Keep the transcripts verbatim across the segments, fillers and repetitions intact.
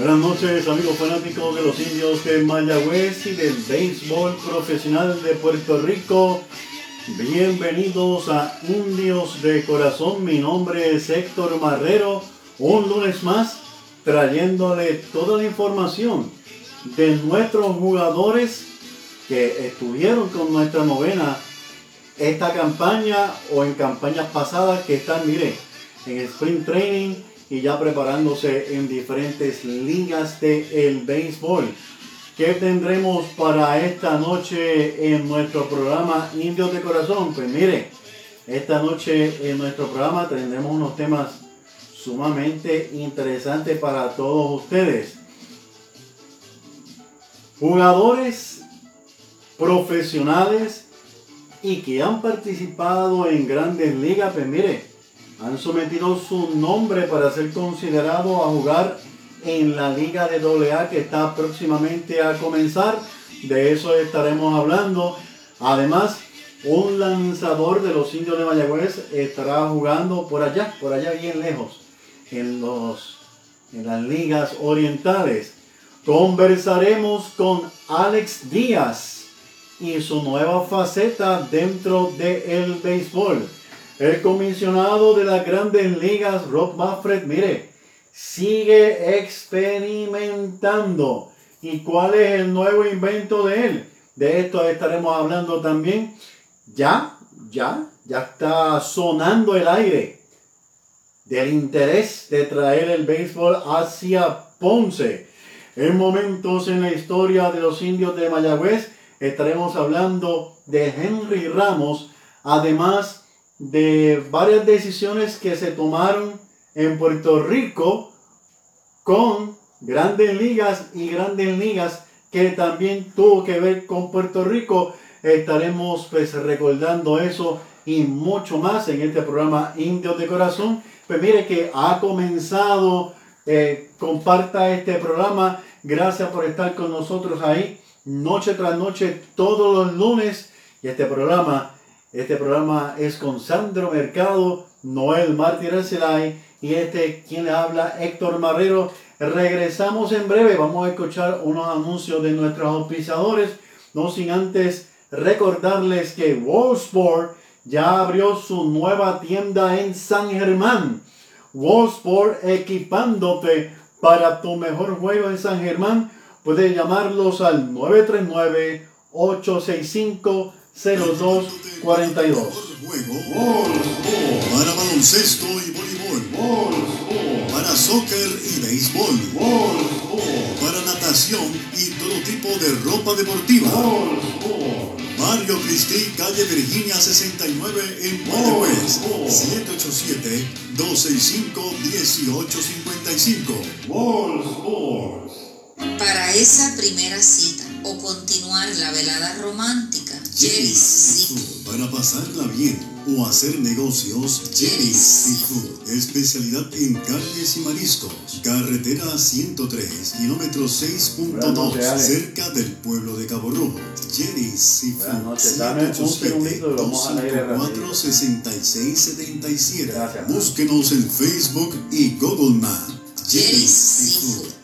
Buenas noches, amigos fanáticos de los Indios de Mayagüez y del béisbol profesional de Puerto Rico. Bienvenidos a Indios de Corazón. Mi nombre es Héctor Marrero. Un lunes más trayéndole toda la información de nuestros jugadores que estuvieron con nuestra novena esta campaña o en campañas pasadas, que están, mire, en Spring Training y ya preparándose en diferentes ligas del béisbol. ¿Qué tendremos para esta noche en nuestro programa Indios de Corazón? Pues mire, esta noche en nuestro programa tendremos unos temas sumamente interesantes para todos ustedes. Jugadores profesionales y que han participado en grandes ligas, pues mire, han sometido su nombre para ser considerado a jugar en la Liga de doble A que está próximamente a comenzar. De eso estaremos hablando. Además, un lanzador de los Indios de Mayagüez estará jugando por allá, por allá bien lejos, en, los, en las ligas orientales. Conversaremos con Alex Díaz y su nueva faceta dentro del béisbol. El comisionado de las grandes ligas, Rob Manfred, mire, sigue experimentando. ¿Y cuál es el nuevo invento de él? De esto estaremos hablando también. Ya, ya, ya está sonando el aire del interés de traer el béisbol hacia Ponce. En momentos en la historia de los Indios de Mayagüez, estaremos hablando de Henry Ramos, además de varias decisiones que se tomaron en Puerto Rico con grandes ligas y grandes ligas que también tuvo que ver con Puerto Rico. Estaremos pues recordando eso y mucho más en este programa Indios de Corazón. Pues mire que ha comenzado, eh, comparta este programa. Gracias por estar con nosotros ahí noche tras noche todos los lunes. Y este programa Este programa es con Sandro Mercado, Noel Mártir Arcelay y este quien le habla, Héctor Marrero. Regresamos en breve, vamos a escuchar unos anuncios de nuestros auspiciadores, no sin antes recordarles que Wallsport ya abrió su nueva tienda en San Germán. Wallsport, equipándote para tu mejor juego en San Germán. Puedes llamarlos al nueve tres nueve, ocho seis cinco, cero dos cuatro dos. Para baloncesto y voleibol, para soccer y béisbol, para natación y todo tipo de ropa deportiva. Barrio Cristi, calle Virginia sesenta y nueve en Mayagüez, siete ocho siete, dos seis cinco, uno ocho cinco cinco. Para esa primera cita o continuar la velada romántica, Jerry's Seafood. Para pasarla bien o hacer negocios, Jerry's Seafood. Especialidad en carnes y mariscos. Carretera ciento tres, kilómetro seis punto dos, cerca del pueblo de Cabo Rojo. Jerry's Seafood. siete ocho siete, dos cinco cuatro, seis seis siete siete. Búsquenos en Facebook y Google Maps. Jerry's Seafood.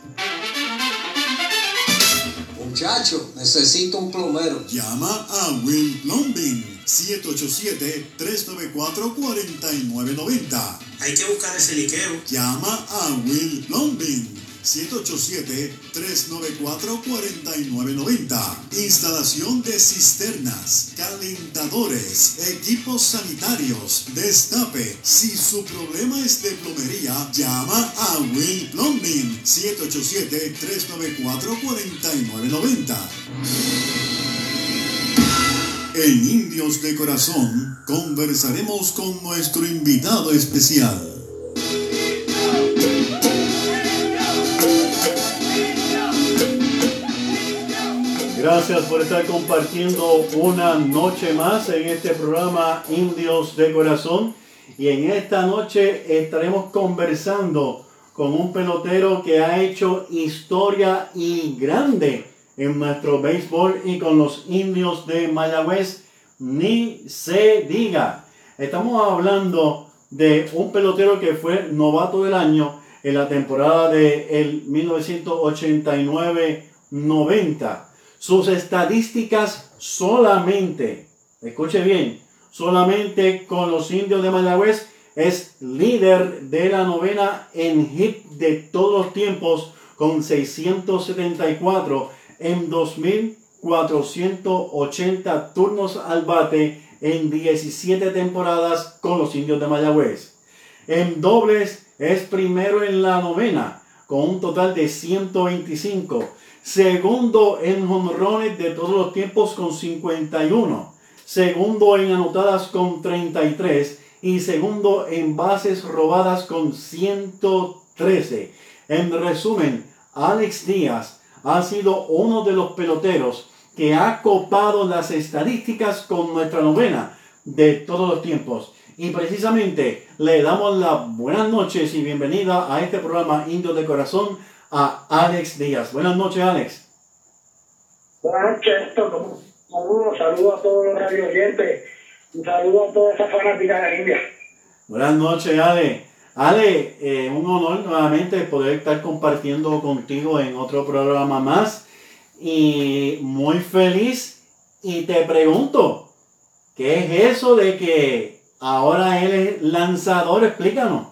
Muchacho, necesito un plomero. Llama a Will Plumbing, siete ocho siete, tres nueve cuatro, cuatro nueve nueve cero. Hay que buscar ese liqueo. Llama a Will Plumbing, siete ocho siete, tres nueve cuatro, cuatro nueve nueve cero. Instalación de cisternas, calentadores, equipos sanitarios, destape. Si su problema es de plomería, llama a Will Plumbing, siete ocho siete, tres nueve cuatro, cuatro nueve nueve cero. En Indios de Corazón conversaremos con nuestro invitado especial. Gracias por estar compartiendo una noche más en este programa Indios de Corazón. Y en esta noche estaremos conversando con un pelotero que ha hecho historia y grande en nuestro béisbol y con los Indios de Mayagüez, ni se diga. Estamos hablando de un pelotero que fue novato del año en la temporada de el mil novecientos ochenta y nueve noventa. Sus estadísticas solamente, escuche bien, solamente con los Indios de Mayagüez es líder de la novena en hit de todos los tiempos con seiscientos setenta y cuatro en dos mil cuatrocientos ochenta turnos al bate en diecisiete temporadas con los Indios de Mayagüez. En dobles es primero en la novena con un total de ciento veinticinco. Segundo en jonrones de todos los tiempos con cincuenta y uno. Segundo en anotadas con treinta y tres. Y segundo en bases robadas con ciento trece. En resumen, Alex Díaz ha sido uno de los peloteros que ha copado las estadísticas con nuestra novena de todos los tiempos. Y precisamente le damos las buenas noches y bienvenida a este programa Indios de Corazón a Alex Díaz. Buenas noches, Alex. Buenas noches, Héctor. Saludos, saludos a todos los radio oyentes. Un saludo a toda esa fanática de India. Buenas noches, Ale. Ale, eh, un honor nuevamente poder estar compartiendo contigo en otro programa más. Y muy feliz. Y te pregunto, ¿qué es eso de que ahora él es lanzador? Explícanos.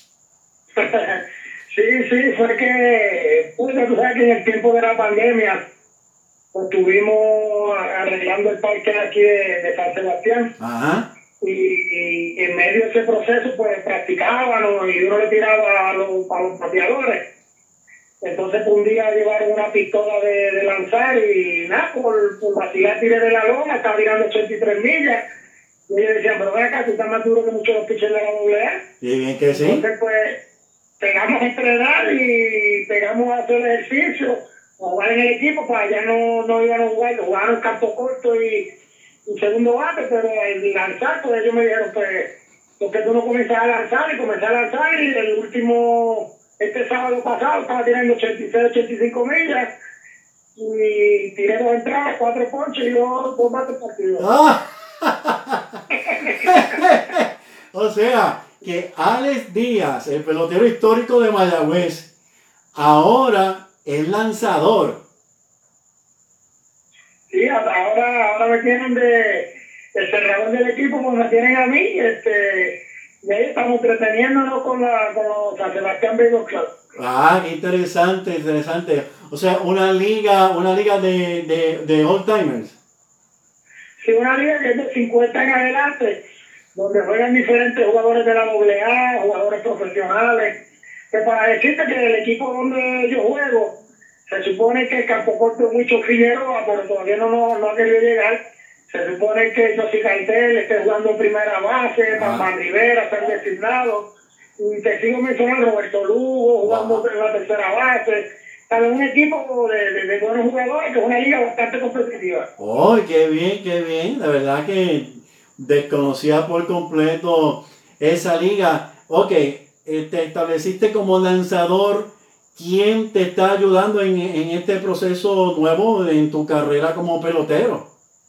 sí, sí, fue que, pues, tú sabes que en el tiempo de la pandemia, pues, estuvimos arreglando el parque aquí de, de San Sebastián. Ajá. Y, y en medio de ese proceso, pues practicábamos y uno le tiraba a los, a los pateadores. Entonces, un día llevaron una pistola de, de lanzar y nada, por, por vacilar tiré de la loma, estaba tirando ochenta y tres millas. Y ellos decían, pero ven acá, tú estás más duro que muchos de los pitchers de la doble A. Y bien que sí. Entonces, pues, pegamos a entrenar y pegamos a hacer ejercicio, a jugar en el equipo, para ya no, no iban a jugar, jugaron campo corto y, y segundo bate, pero el lanzar, pues ellos me dijeron, pues, porque tú no comienzas a lanzar y comencé a lanzar y el último, este sábado pasado, estaba tirando ochenta y seis, ochenta y cinco millas y tiré dos entradas, cuatro ponches y dos, dos bates partidos. ¡Ah! O sea, que Alex Díaz, el pelotero histórico de Mayagüez, ahora es lanzador. Sí, ahora, ahora me tienen de el cerrador del equipo, pues me tienen a mí, este, y ahí estamos entreteniéndonos con, la, con los San Sebastián Baseball Club. Ah, qué interesante, interesante. O sea, una liga, una liga de, de, de old timers. Sí, una liga que es de cincuenta en adelante, donde juegan diferentes jugadores de la doble A, jugadores profesionales. Que para decirte que el equipo donde yo juego, se supone que el campo corto es mucho Figueroa, pero todavía no, no, no ha querido llegar. Se supone que José Cartel esté jugando en primera base, Bambam Rivera está designado. Y te sigo mencionando Roberto Lugo jugando wow. en la tercera base. Para un equipo de, de, de buenos jugadores, que es una liga bastante competitiva. ¡Oh, qué bien, qué bien! La verdad que desconocía por completo esa liga. Ok, te estableciste como lanzador. ¿Quién te está ayudando en, en este proceso nuevo en tu carrera como pelotero?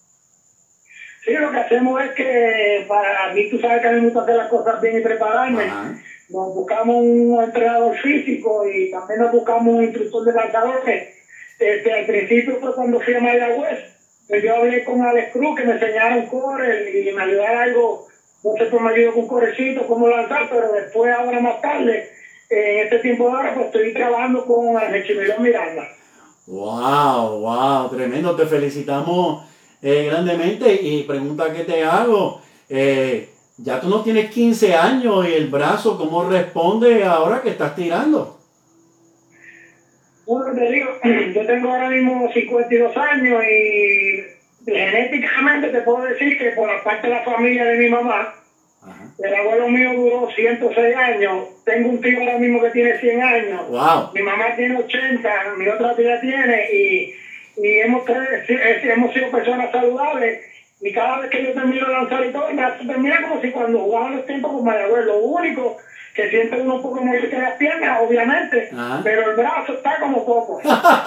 Sí, lo que hacemos es que para mí, tú sabes que a mí me gusta hacer las cosas bien y prepararme. Ajá. Nos buscamos un entrenador físico y también nos buscamos un instructor de lanzadores. Este, al principio fue cuando fui a Mayagüez, yo hablé con Alex Cruz que me enseñara un core y me ayudara algo, no sé, pues me ayudó con un corecito, cómo lanzar, pero después, ahora más tarde, en este tiempo de ahora, pues estoy trabajando con Archimilón Miranda. ¡Wow, wow! Tremendo, te felicitamos eh, grandemente. Y pregunta que te hago, eh, ya tú no tienes quince años y el brazo, ¿cómo responde ahora que estás tirando? Bueno, te digo, yo tengo ahora mismo cincuenta y dos años y genéticamente te puedo decir que por la parte de la familia de mi mamá, ajá, el abuelo mío duró ciento seis años, tengo un tío ahora mismo que tiene cien años, wow, mi mamá tiene ochenta, mi otra tía tiene y, y hemos, hemos sido personas saludables. Y cada vez que yo termino de lanzar y todo, termina como si cuando jugaba los tiempos con Mayagüez. Lo único que siente uno un poco molesta en las piernas, obviamente, ajá, pero el brazo está como poco.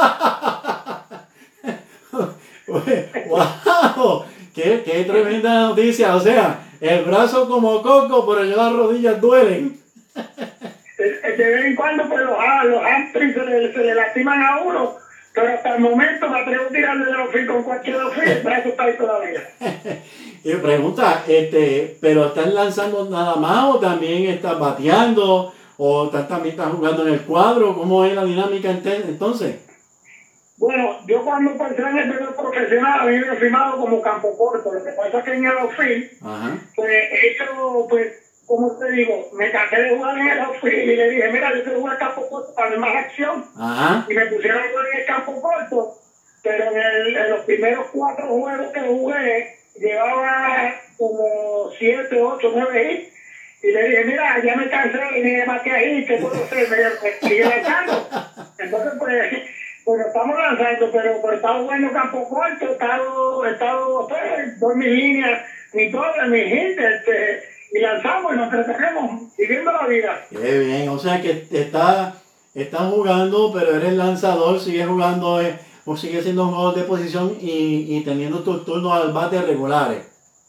¡Wow! ¡Qué, qué tremenda noticia! O sea, el brazo como coco, pero ya las rodillas duelen. de vez en cuando pues los, los hamstrings se le, se le lastiman a uno, pero hasta el momento me atrevo a tirarle de los feet con cualquier dos feet, el brazo está ahí todavía. Y pregunta, este, ¿pero estás lanzando nada más o también estás bateando o estás, también estás jugando en el cuadro? ¿Cómo es la dinámica entonces? Bueno, yo cuando pensé en el primer profesional, a mí me he firmado como campo corto. Lo que pasa es que en el outfield, pues eso, pues, como te digo, me cansé de jugar en el outfield y le dije, mira, yo quiero jugar campo corto para ver más acción. Ajá. Y me pusieron a jugar en el campo corto, pero en, el, en los primeros cuatro juegos que jugué, llevaba como siete, ocho, nueve hits. Y le dije, mira, ya me cansé y me maté ahí, ¿qué puedo hacer? Me sigue lanzando. Entonces, pues, pues estamos lanzando, pero pues estaba jugando campo corto, he estado, he estado, pues, doy mis líneas, mi todo, mi gente, este, y lanzamos y nos entretenemos, viviendo la vida. Qué bien, o sea que está, están jugando, pero eres lanzador, sigues jugando, eh, o sigues siendo un jugador de posición y, y teniendo tus turnos al bate regulares.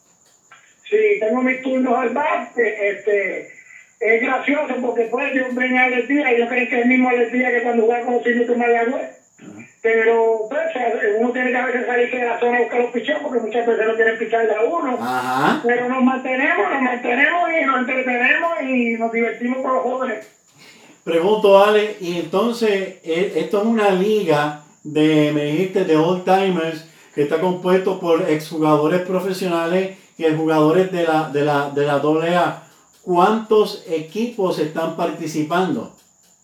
Sí, tengo mis turnos al bate, este, es gracioso porque pues yo venía a Aletía y yo creo que es el mismo Aletía que cuando jugaba con los signos de Mayagüez. Pero pues uno tiene que a veces salirse de la zona a buscar los picheos porque muchas veces no quieren picharle a uno. Ajá. Pero nos mantenemos, nos mantenemos y nos entretenemos y nos divertimos con los jóvenes. Pregunto, Ale, y entonces esto es una liga de, me dijiste, de old timers que está compuesto por exjugadores profesionales y jugadores de la, de la, de la doble A. ¿Cuántos equipos están participando?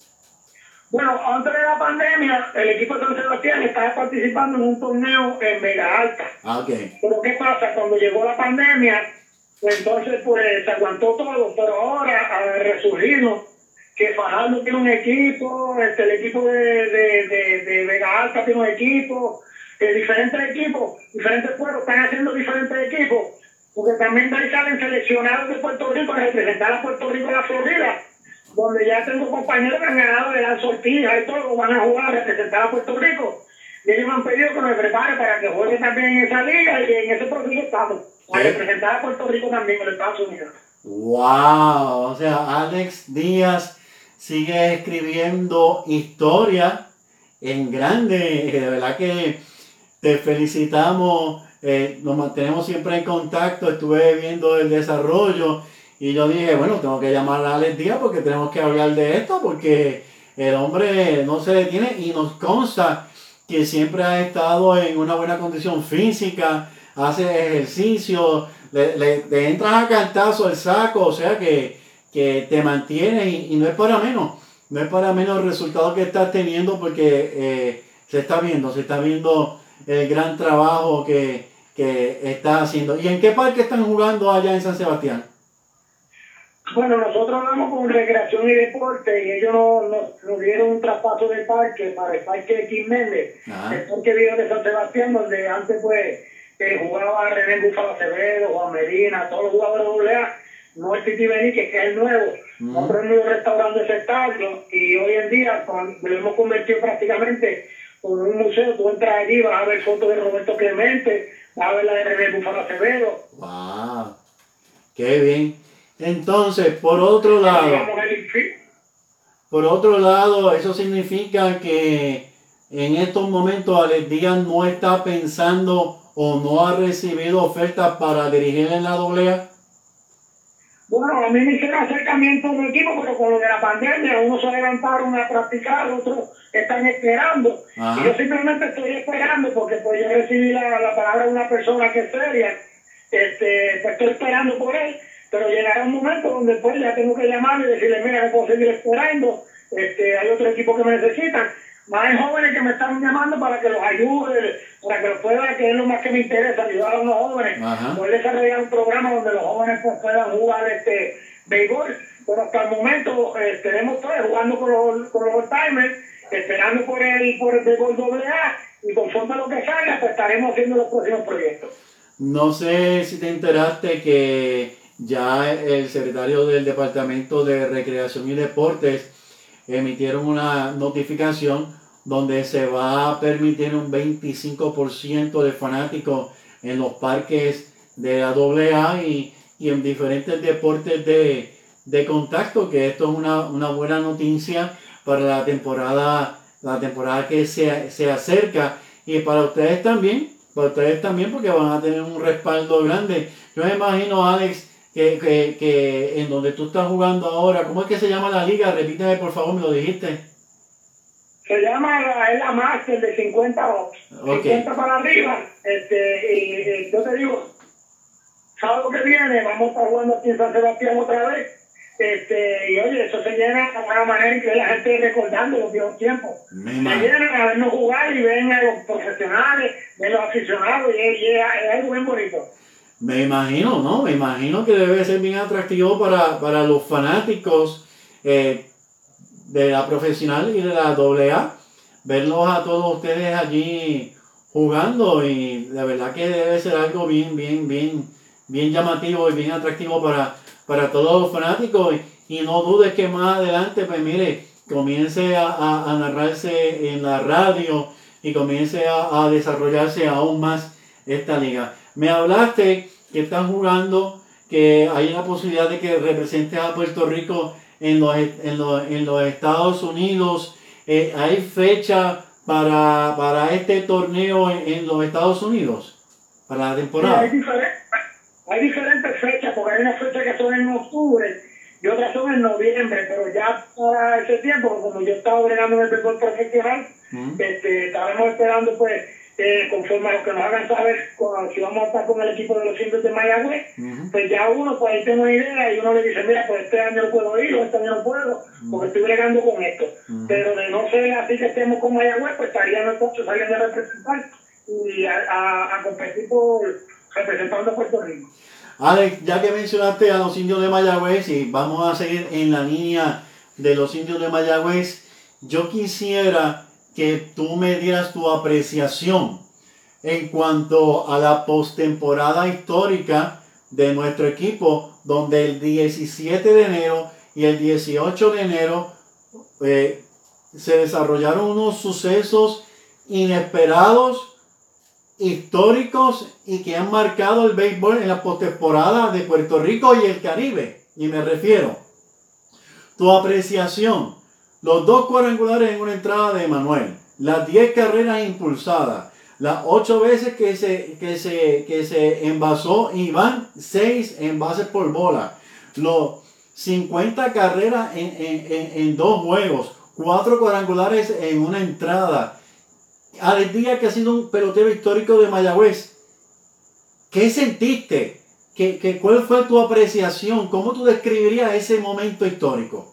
Bueno, antes de la pandemia, el equipo de San Sebastián estaba participando en un torneo en Vega Alta. Ah, okay. Pero ¿qué pasa? Cuando llegó la pandemia, pues entonces pues se aguantó todo, pero ahora ha resurgido que Fajardo tiene un equipo, este, el equipo de, de, de, de Vega Alta tiene un equipo, eh, diferentes equipos, diferentes pueblos están haciendo diferentes equipos, porque también ahí salen seleccionados de Puerto Rico a representar a Puerto Rico en la Florida, donde ya tengo compañeros que han ganado de la sortija y todo, van a jugar a representar a Puerto Rico. Y ellos me han pedido que me prepare para que juegue también en esa liga y en ese proceso estamos, a representar a Puerto Rico también en los Estados Unidos. ¡Wow! O sea, Alex Díaz sigue escribiendo historia en grande. De verdad que te felicitamos. Eh, nos mantenemos siempre en contacto. Estuve viendo el desarrollo y yo dije, bueno, tengo que llamar a Alex Díaz porque tenemos que hablar de esto, porque el hombre no se detiene y nos consta que siempre ha estado en una buena condición física, hace ejercicio, le, le, le entras a cantazo el saco, o sea que, que te mantienes y, y no es para menos, no es para menos el resultado que estás teniendo porque eh, se está viendo, se está viendo el gran trabajo que, que estás haciendo. ¿Y en qué parque están jugando allá en San Sebastián? Bueno, nosotros hablamos con Recreación y Deporte y ellos nos, nos, nos dieron un traspaso de parque para el parque de Kim Méndez, el parque viejo de San Sebastián, donde antes pues eh, jugaba René Búfalo Acevedo, Juan Medina, todos los jugadores de doble A, no el Titi Benique, que es el nuevo. Mm. Nosotros hemos ido restaurando ese estadio y hoy en día con, lo hemos convertido prácticamente en un museo. Tú entras allí, vas a ver fotos de Roberto Clemente, vas a ver la de René Búfalo Acevedo. ¡Wow! ¡Qué bien! Entonces, por otro lado, por otro lado, eso significa que en estos momentos Alex Díaz no está pensando o no ha recibido ofertas para dirigir en la doble A. Bueno, a mí me hicieron acercamiento a un equipo, pero con lo de la pandemia, unos se levantaron a practicar, otros están esperando. Ajá. Y yo simplemente estoy esperando porque pues yo recibí la, la palabra de una persona que es seria, este, pues estoy esperando por él. Pero llegará un momento donde pues ya tengo que llamarle y decirle, mira, no puedo seguir esperando, este, hay otro equipo que me necesitan. Más hay jóvenes que me están llamando para que los ayude, para que los pueda, que es lo más que me interesa, ayudar a los jóvenes. Ajá. Poder desarrollar un programa donde los jóvenes pues, puedan jugar este béisbol. Pero hasta el momento eh, tenemos pues, jugando con los, con los old-timers, esperando por el, por el béisbol doble A, y conforme a lo que salga, pues estaremos haciendo los próximos proyectos. No sé si te enteraste que ya el secretario del Departamento de Recreación y Deportes emitieron una notificación donde se va a permitir un veinticinco por ciento de fanáticos en los parques de la doble A y, y en diferentes deportes de, de contacto, que esto es una, una buena noticia para la temporada, la temporada que se, se acerca, y para ustedes también, para ustedes también, porque van a tener un respaldo grande. Yo me imagino, Alex, que, que, que en donde tú estás jugando ahora, ¿cómo es que se llama la liga? Repíteme, por favor, me lo dijiste. Se llama la, es la Master de cincuenta, Okay. cincuenta para arriba. Este, y, y yo te digo, sábado que viene vamos a estar jugando aquí en San Sebastián otra vez. Este, y oye, eso se llena de una manera en que la gente recordando los viejos tiempos. Me Se imagino. llenan a vernos jugar y ven a los profesionales, ven a los aficionados, y es, y es, es algo bien bonito. Me imagino, ¿no? Me imagino que debe ser bien atractivo para, para los fanáticos eh, de la profesional y de la doble A, verlos a todos ustedes allí jugando, y de verdad que debe ser algo bien, bien, bien, bien llamativo y bien atractivo para, para todos los fanáticos, y, y no dudes que más adelante, pues mire, comience a, a, a narrarse en la radio y comience a, a desarrollarse aún más esta liga. Me hablaste que están jugando, que hay la posibilidad de que representes a Puerto Rico en los, en los, en los Estados Unidos. Eh, ¿Hay fecha para, para este torneo en, en los Estados Unidos? Para la Sí, temporada. hay, diferentes, hay diferentes fechas, porque hay unas fechas que son en octubre y otras son en noviembre, pero ya para ese tiempo, como yo estaba bregando en el béisbol profesional, Mm. este, estábamos esperando, pues, eh, conforme a lo que nos hagan saber con, si vamos a estar con el equipo de los indios de Mayagüez, Ujú. pues ya uno, pues ahí tengo una idea y uno le dice, mira, pues este año no puedo ir o este año no puedo, porque estoy bregando con esto. Ujú. Pero de no ser así que estemos con Mayagüez, pues estarían nosotros saliendo a representar y a, a, a competir por representando a Puerto Rico. Alex, ya que mencionaste a los indios de Mayagüez, y vamos a seguir en la línea de los indios de Mayagüez, yo quisiera que tú me dieras tu apreciación en cuanto a la postemporada histórica de nuestro equipo, donde el diecisiete de enero y el dieciocho de enero eh, se desarrollaron unos sucesos inesperados, históricos, y que han marcado el béisbol en la postemporada de Puerto Rico y el Caribe. Y me refiero, tu apreciación, los dos cuadrangulares en una entrada de Emanuel, las diez carreras impulsadas, las ocho veces que se, que se, que se envasó y van seis envases por bola, los cincuenta carreras en, en, en, en dos juegos, cuatro cuadrangulares en una entrada. Al día que ha sido un pelotero histórico de Mayagüez, ¿qué sentiste? ¿Qué, qué, ¿Cuál fue tu apreciación? ¿Cómo tú describirías ese momento histórico?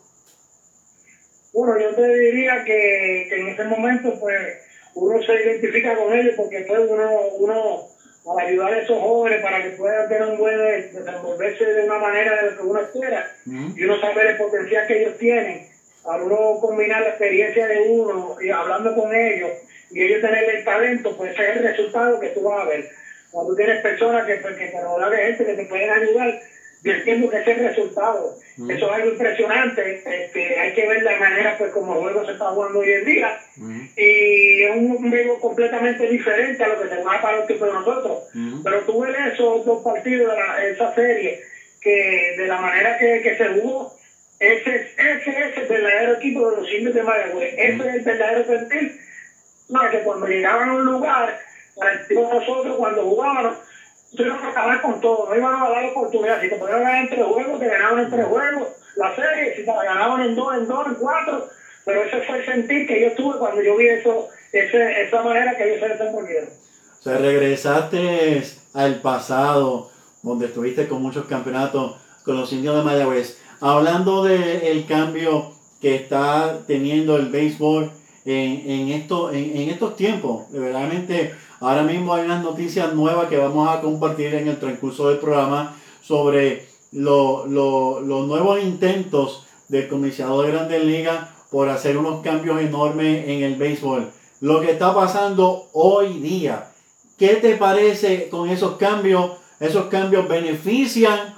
Bueno, yo te diría que, que en ese momento, pues, uno se identifica con ellos porque pues uno, uno para ayudar a esos jóvenes para que puedan tener un buen desenvolverse de una manera de lo que uno espera, Mm. y uno sabe el potencial que ellos tienen, al uno combinar la experiencia de uno y hablando con ellos y ellos tener el talento, pues ese es el resultado que tú vas a ver. Cuando tú tienes personas que, pues, que te rodean de gente que te pueden ayudar, yo entiendo que ese es el resultado. Mm. Eso es algo impresionante. Este, hay que ver la manera pues como el juego se está jugando hoy en día. Mm. Y es un, un juego completamente diferente a lo que se va para los tipos de nosotros. Mm. Pero tú ves esos dos partidos de la, esa serie, que de la manera que, que se jugó, ese, ese es el verdadero equipo de los indios de Mayagüez. Ese es el verdadero sentir. No, que cuando llegaban a un lugar, para el tipo de nosotros, cuando jugábamos, tuvimos que acabar con todo, no iban a dar oportunidad. Si te podían ganar en tres juegos, te ganaban en tres juegos la serie, si te la ganaban en dos, en dos, en cuatro. Pero ese fue el sentir que yo tuve cuando yo vi eso, ese, esa manera que ellos se desenvolvieron. O sea, regresaste al pasado, donde estuviste con muchos campeonatos con los indios de Mayagüez. Hablando del cambio que está teniendo el béisbol en, en, esto, en, en estos tiempos, verdaderamente ahora mismo hay unas noticias nuevas que vamos a compartir en el transcurso del programa sobre lo, lo, los nuevos intentos del comisionado de Grandes Ligas por hacer unos cambios enormes en el béisbol. Lo que está pasando hoy día, ¿qué te parece con esos cambios? ¿Esos cambios benefician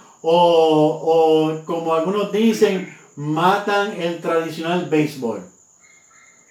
o, o como algunos dicen, matan el tradicional béisbol?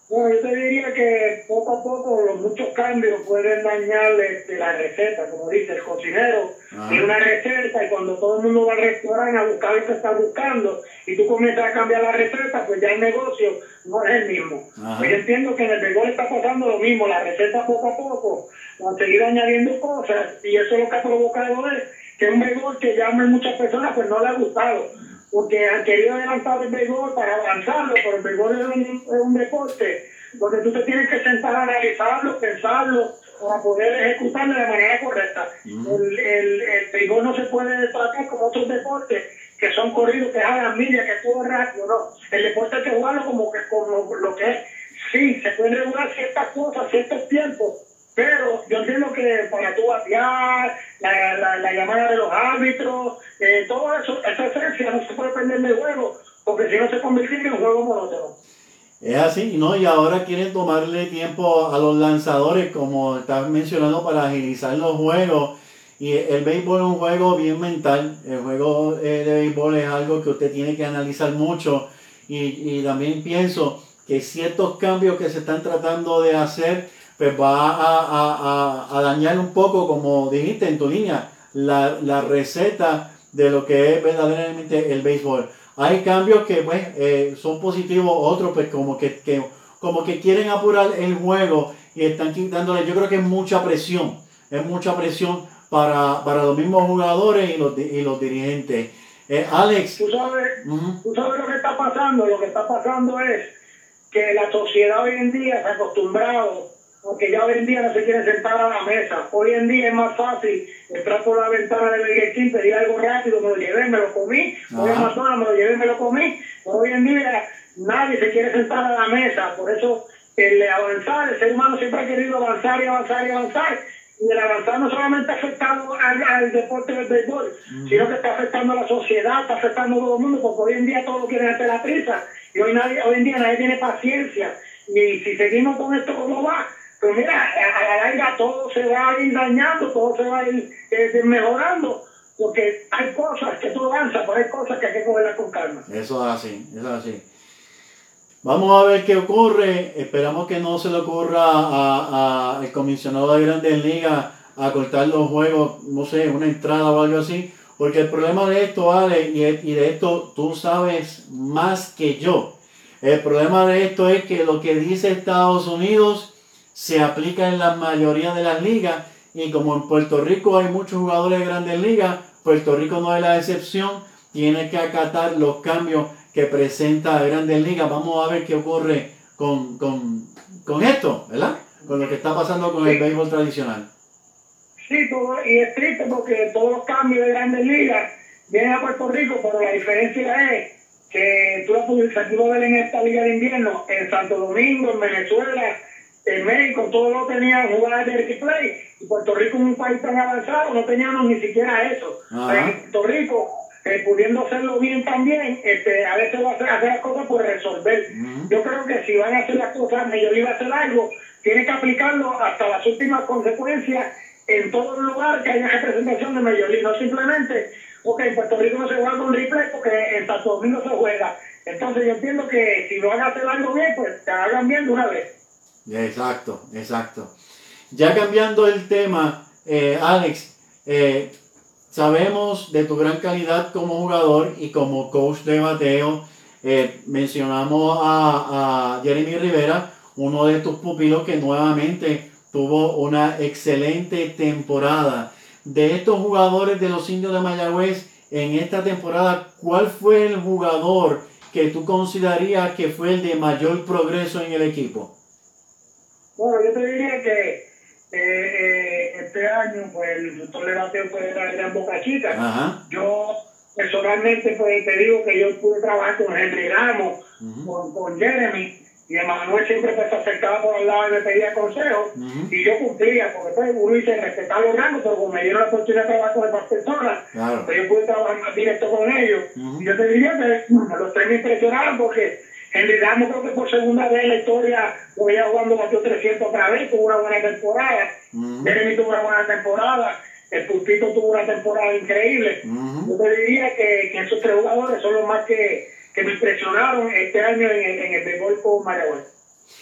Bueno, yo te diría que poco a poco los muchos cambios pueden dañar este, la receta, como dice el cocinero, Ajá. tiene una receta y cuando todo el mundo va al restaurante a buscar lo que está buscando y tú comienzas a cambiar la receta, pues ya el negocio no es el mismo. Pues yo entiendo que en el béisbol está pasando lo mismo, la receta poco a poco va a seguir añadiendo cosas y eso es lo que ha provocado es que un béisbol que ya a muchas personas pues no le ha gustado, porque han querido adelantar el béisbol para avanzarlo, pero el béisbol es un, es un deporte donde tú te tienes que sentar a analizarlo, pensarlo, para poder ejecutarlo de la manera correcta. Mm. El, el, el béisbol no se puede tratar como otros deportes, que son corridos, que hagan millas, que todo es rápido, no. El deporte hay que jugarlo como, que, como lo que es. Sí, se pueden regular ciertas cosas, ciertos tiempos, pero yo entiendo que para tú batear, la, la, la llamada de los árbitros, eh, todo eso, esa esencia no se puede perder del juego, porque si no se convierte en un juego monótono. Es así, ¿no? Y ahora quieren tomarle tiempo a los lanzadores, como estás mencionando, para agilizar los juegos. Y el béisbol es un juego bien mental. El juego eh, de béisbol es algo que usted tiene que analizar mucho. Y, y también pienso que ciertos cambios que se están tratando de hacer, pues va a, a, a, a dañar un poco, como dijiste en tu línea, la, la receta de lo que es verdaderamente el béisbol. Hay cambios que pues eh, son positivos, otros pues como que, que, como que quieren apurar el juego y están quitándole, yo creo que es mucha presión, es mucha presión para, para los mismos jugadores y los, y los dirigentes. Eh, Alex. ¿Tú sabes, uh-huh. tú sabes lo que está pasando, lo que está pasando es que la sociedad hoy en día se ha acostumbrado, porque ya hoy en día no se quiere sentar a la mesa. Hoy en día es más fácil entrar por la ventana de Burger King, pedir algo rápido, me lo llevé, me lo comí, voy a Amazonas, me lo llevé, me lo comí. Pero hoy en día nadie se quiere sentar a la mesa, por eso el avanzar, el ser humano siempre ha querido avanzar y avanzar y avanzar. Y el avanzar no solamente ha afectado al, al deporte del béisbol, uh-huh. sino que está afectando a la sociedad, está afectando a todo el mundo, porque hoy en día todos quieren hacer la prisa, y hoy, nadie, hoy en día nadie tiene paciencia. Y si seguimos con esto como va, pues mira, a la larga todo se va a ir dañando, todo se va a ir eh, mejorando, porque hay cosas que tú avanzas, pero hay cosas que hay que cogerlas con calma. Eso es así, eso es así. Vamos a ver qué ocurre. Esperamos que no se le ocurra a, a el comisionado de Grandes Ligas a cortar los juegos, no sé, una entrada o algo así. Porque el problema de esto, Ale, y, y de esto tú sabes más que yo. El problema de esto es que lo que dice Estados Unidos se aplica en la mayoría de las ligas. Y como en Puerto Rico hay muchos jugadores de Grandes Ligas, Puerto Rico no es la excepción. Tiene que acatar los cambios que presenta Grandes Ligas. Vamos a ver qué ocurre con, con, con esto, ¿verdad? Con lo que está pasando con sí. el béisbol tradicional. Sí, todo, y es triste porque todos los cambios de Grandes Ligas vienen a Puerto Rico, pero la diferencia es que tú lo pudiste ver en esta liga de invierno, en Santo Domingo, en Venezuela, en México, todos lo tenían jugadas de replay, y Puerto Rico es un país tan avanzado, no teníamos ni siquiera eso. En Puerto Rico, Eh, pudiendo hacerlo bien también, este, a veces va a hacer, hacer las cosas por resolver. Uh-huh. Yo creo que si van a hacer las cosas, Major League va a hacer algo, tiene que aplicarlo hasta las últimas consecuencias en todo lugar que haya representación de Major League, no simplemente, ok, en Puerto Rico no se juega con replay porque en Santo Domingo se juega. Entonces yo entiendo que si van a hacer algo bien, pues te hagan bien de una vez. Exacto, exacto. Ya cambiando el tema, eh, Alex, eh, sabemos de tu gran calidad como jugador y como coach de bateo. Eh, mencionamos a, a Jeremy Rivera, uno de tus pupilos que nuevamente tuvo una excelente temporada. De estos jugadores de los Indios de Mayagüez en esta temporada, ¿cuál fue el jugador que tú considerarías que fue el de mayor progreso en el equipo? Bueno, yo te diría que Eh, eh, este año pues el instructor de bateo fue la gran Boca Chica. Ajá. Yo personalmente pues te digo que yo pude trabajar con Henry Ramos, uh-huh. con, con Jeremy, y Emanuel siempre pues, se acercaba por al lado y me pedía consejos, uh-huh. y yo cumplía, porque pues uno dice respetar los rangos, pero como me dieron la oportunidad de trabajar con estas personas, claro. pues yo pude trabajar más directo con ellos. Uh-huh. Y yo te diría que uh, los tres me impresionaron porque Henry Ramos creo que por segunda vez en la historia lo veía jugando, batió trescientos otra vez, tuvo una buena temporada. Uh-huh. Jeremy tuvo una buena temporada, el Pulpito tuvo una temporada increíble. Uh-huh. Yo te diría que, que esos tres jugadores son los más que, que me impresionaron este año en el, en el béisbol con Mayagüez.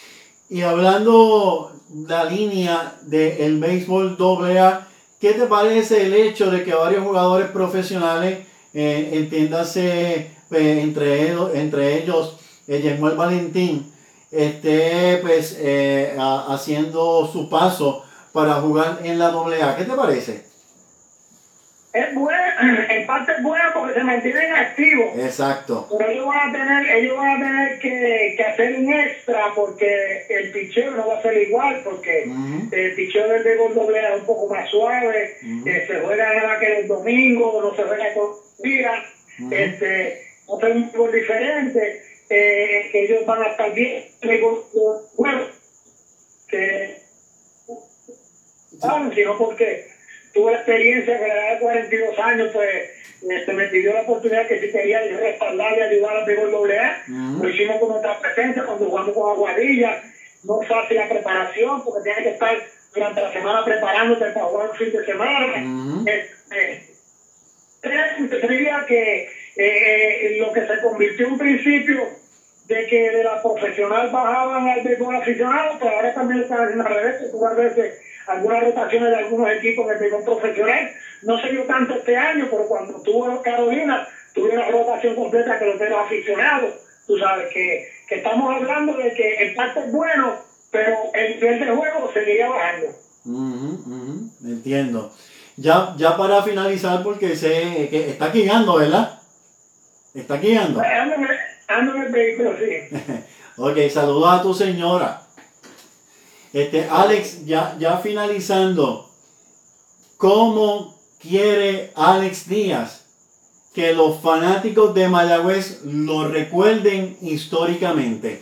y hablando la línea del béisbol doble A, ¿qué te parece el hecho de que varios jugadores profesionales, eh, entiéndase eh, entre, ellos, entre ellos eh, Yemuel Valentín, esté pues eh, a, haciendo su paso para jugar en la doble A? ¿Qué te parece? Es bueno, en parte es bueno porque se mantienen activos. Exacto. Pero ellos van a tener, ellos van a tener que, que hacer un extra porque el picheo no va a ser igual, porque uh-huh. el picheo del béisbol doble A es un poco más suave, uh-huh. eh, se juega nada que el domingo, no se juega todos los días, uh-huh. este, no es un poco diferente, eh, que ellos van a estar bien, bueno, que ¿saben? Sino porque tuve la experiencia que a la edad de cuarenta y dos años, pues este, me pidió la oportunidad que si quería respaldar y ayudar al béisbol doble A. Uh-huh. Lo hicimos con nuestra presencia cuando jugamos con Aguadilla. No es fácil la preparación porque tienes que estar durante la semana preparándote para jugar un fin de semana. Uh-huh. este, Creía que eh, lo que se convirtió en principio de que de la profesional bajaban al béisbol aficionado, pues ahora también están haciendo al revés. Tú a veces algunas rotaciones de algunos equipos en el béisbol profesional, no se dio tanto este año, pero cuando tuvo Carolina, tuvo una rotación completa que los de los aficionados. Tú sabes que, que estamos hablando de que el parte es bueno, pero el nivel de juego seguiría bajando. Uh-huh, uh-huh. Entiendo. Ya, ya para finalizar, porque sé que está guiando, ¿verdad? Está guiando. Ando en el, ando en el vehículo, sí. Ok, saludos a tu señora. Este, Alex, ya, ya finalizando, ¿cómo quiere Alex Díaz que los fanáticos de Mayagüez lo recuerden históricamente?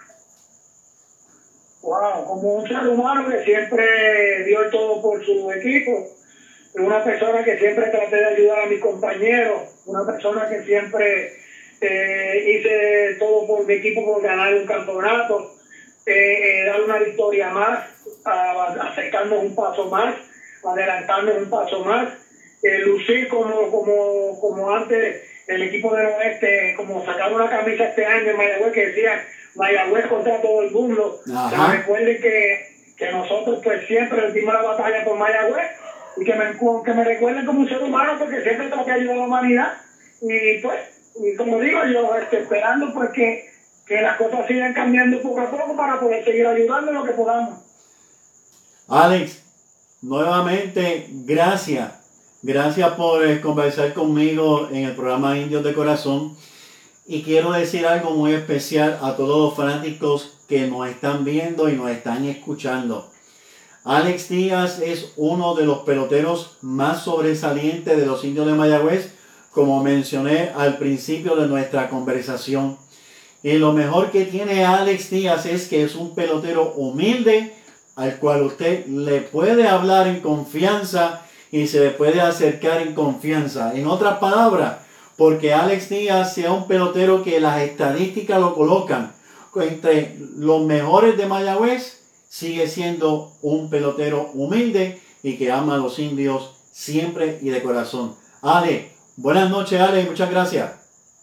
Wow, como un ser humano que siempre dio todo por su equipo, una persona que siempre traté de ayudar a mis compañeros, una persona que siempre eh, hice todo por mi equipo por ganar un campeonato. Eh, eh, dar una victoria más, uh, acercarnos un paso más, adelantarnos un paso más, eh, lucir como, como, como antes el equipo del oeste, como sacar una camisa este año en Mayagüez que decía Mayagüez contra todo el mundo. Que me recuerden que, que nosotros pues siempre dimos la batalla por Mayagüez y que me, que me recuerden como un ser humano porque siempre traté de ayudar a la humanidad y pues, y como digo yo, este, esperando pues que que las cosas sigan cambiando poco a poco para poder seguir ayudando en lo que podamos. Alex, nuevamente, gracias. Gracias por eh, conversar conmigo en el programa Indios de Corazón. Y quiero decir algo muy especial a todos los fanáticos que nos están viendo y nos están escuchando. Alex Díaz es uno de los peloteros más sobresalientes de los Indios de Mayagüez, como mencioné al principio de nuestra conversación. Y lo mejor que tiene Alex Díaz es que es un pelotero humilde al cual usted le puede hablar en confianza y se le puede acercar en confianza. En otras palabras, porque Alex Díaz sea un pelotero que las estadísticas lo colocan entre los mejores de Mayagüez, sigue siendo un pelotero humilde y que ama a los indios siempre y de corazón. Ale, buenas noches, Ale, muchas gracias.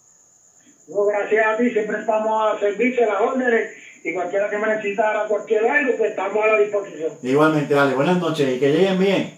No, gracias a ti, siempre estamos a servicio, a las órdenes, y cualquiera que me necesitara cualquier algo, pues estamos a la disposición. Igualmente, Ale, buenas noches y que lleguen bien.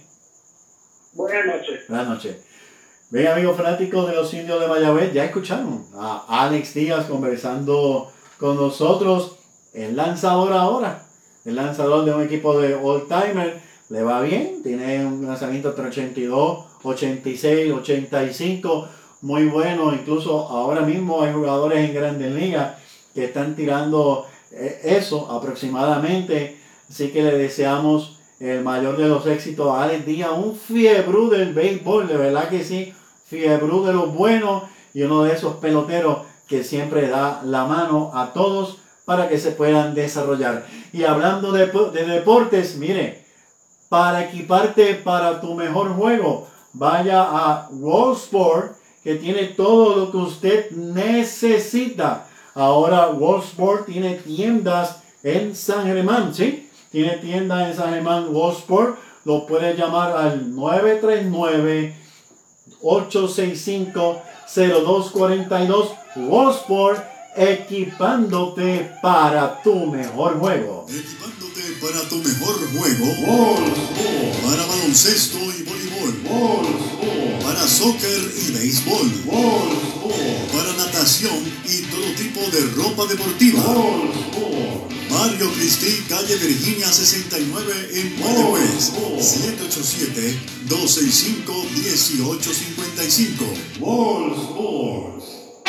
Buenas noches. Buenas noches. Bien, amigos fanáticos de los indios de Mayagüez, ya escucharon a Alex Díaz conversando con nosotros, el lanzador ahora, el lanzador de un equipo de Old Timer, le va bien, tiene un lanzamiento entre ochenta y dos, ochenta y seis, ochenta y cinco, muy bueno. Incluso ahora mismo hay jugadores en Grandes Ligas que están tirando eso aproximadamente. Así que le deseamos el mayor de los éxitos a Alex Díaz, un fiebrú del béisbol, de verdad que sí, fiebrú de los buenos y uno de esos peloteros que siempre da la mano a todos para que se puedan desarrollar. Y hablando de, de deportes, mire, para equiparte para tu mejor juego, vaya a World Sport, que tiene todo lo que usted necesita. Ahora World Sport tiene tiendas en San Germán, ¿sí? Tiene tiendas en San Germán World Sport. Lo puede llamar al nueve tres nueve, ocho seis cinco, cero dos cuatro dos. World Sport equipándote para tu mejor juego. Equipándote para tu mejor juego. Ball, para baloncesto y voleibol. ball, Para soccer y béisbol. ball, Para natación y todo tipo de ropa deportiva. ball, ball. Mario Cristi, calle Virginia sesenta y nueve en Mayagüez. Oh, oh. siete ocho siete, dos seis cinco, uno ocho cinco cinco. Balls, balls.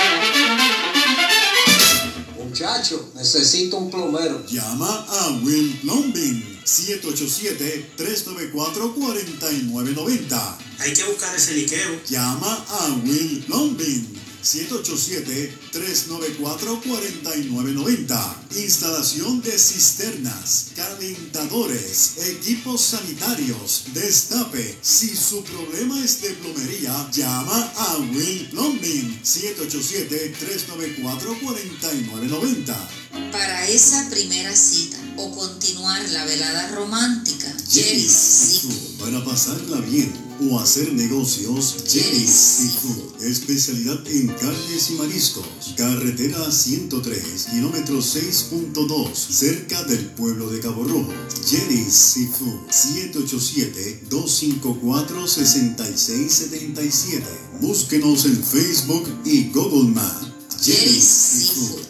Muchacho, necesito un plomero. Llama a Will Plumbing. siete ocho siete, tres nueve cuatro, cuatro nueve nueve cero. Hay que buscar ese liqueo. Llama a Will Plumbing. siete ocho siete, tres nueve cuatro, cuatro nueve nueve cero. Instalación de cisternas, calentadores, equipos sanitarios, destape. Si su problema es de plomería, llama a Will Plumbing. siete ocho siete, tres nueve cuatro, cuatro nueve nueve cero. Para esa primera cita o continuar la velada romántica, Jerry's Seafood. Para pasarla bien o hacer negocios, Jerry's Seafood. Especialidad en carnes y mariscos. Carretera ciento tres, kilómetro seis punto dos, cerca del pueblo de Cabo Rojo. Jerry's Seafood. siete ocho siete, dos cinco cuatro, seis seis siete siete. Búsquenos en Facebook y Google Maps. Jerry's Seafood.